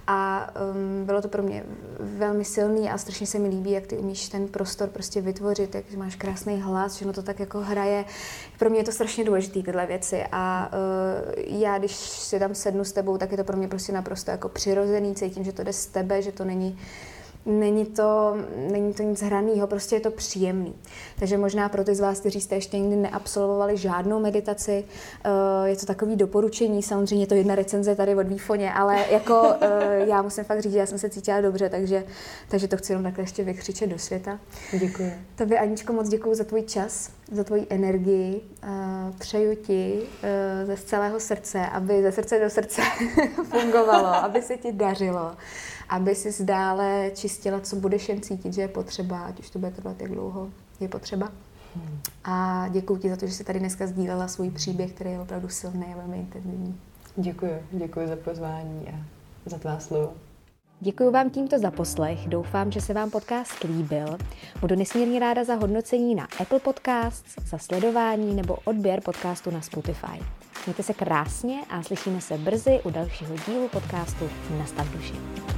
A: a um, bylo to pro mě velmi silný a strašně se mi líbí, jak ty umíš ten prostor prostě vytvořit, jak máš krásný hlas, že no to tak jako hraje. Pro mě je to strašně důležité tyhle věci a uh, já, když si tam sednu s tebou, tak je to pro mě prostě naprosto jako přirozený, cítím, že to jde z tebe, že to není Není to, není to nic hranýho, prostě je to příjemný. Takže možná pro ty z vás, kteří jste ještě nikdy neabsolvovali žádnou meditaci, je to takový doporučení, samozřejmě je to jedna recenze tady od Výfoně, ale jako já musím fakt říct, že já jsem se cítila dobře, takže, takže to chci jenom takhle ještě vykřičet do světa.
B: Děkuji.
A: Tobě, Aničko, moc děkuji za tvůj čas, za tvoji energii. Přeju ti ze celého srdce, aby ze srdce do srdce fungovalo, aby se ti dařilo, aby si dále čistila, co budeš jen cítit, že je potřeba, ať už to bude trvat, jak dlouho je potřeba. Hmm. A děkuji ti za to, že jsi tady dneska sdílela svůj příběh, který je opravdu silný a velmi intenzivní.
B: Děkuji, děkuji za pozvání a za tvá slova.
A: Děkuji vám tímto za poslech, doufám, že se vám podcast líbil. Budu nesmírně ráda za hodnocení na Apple Podcasts, za sledování nebo odběr podcastu na Spotify. Mějte se krásně a slyšíme se brzy u dalšího dílu podcastu Nastav duši.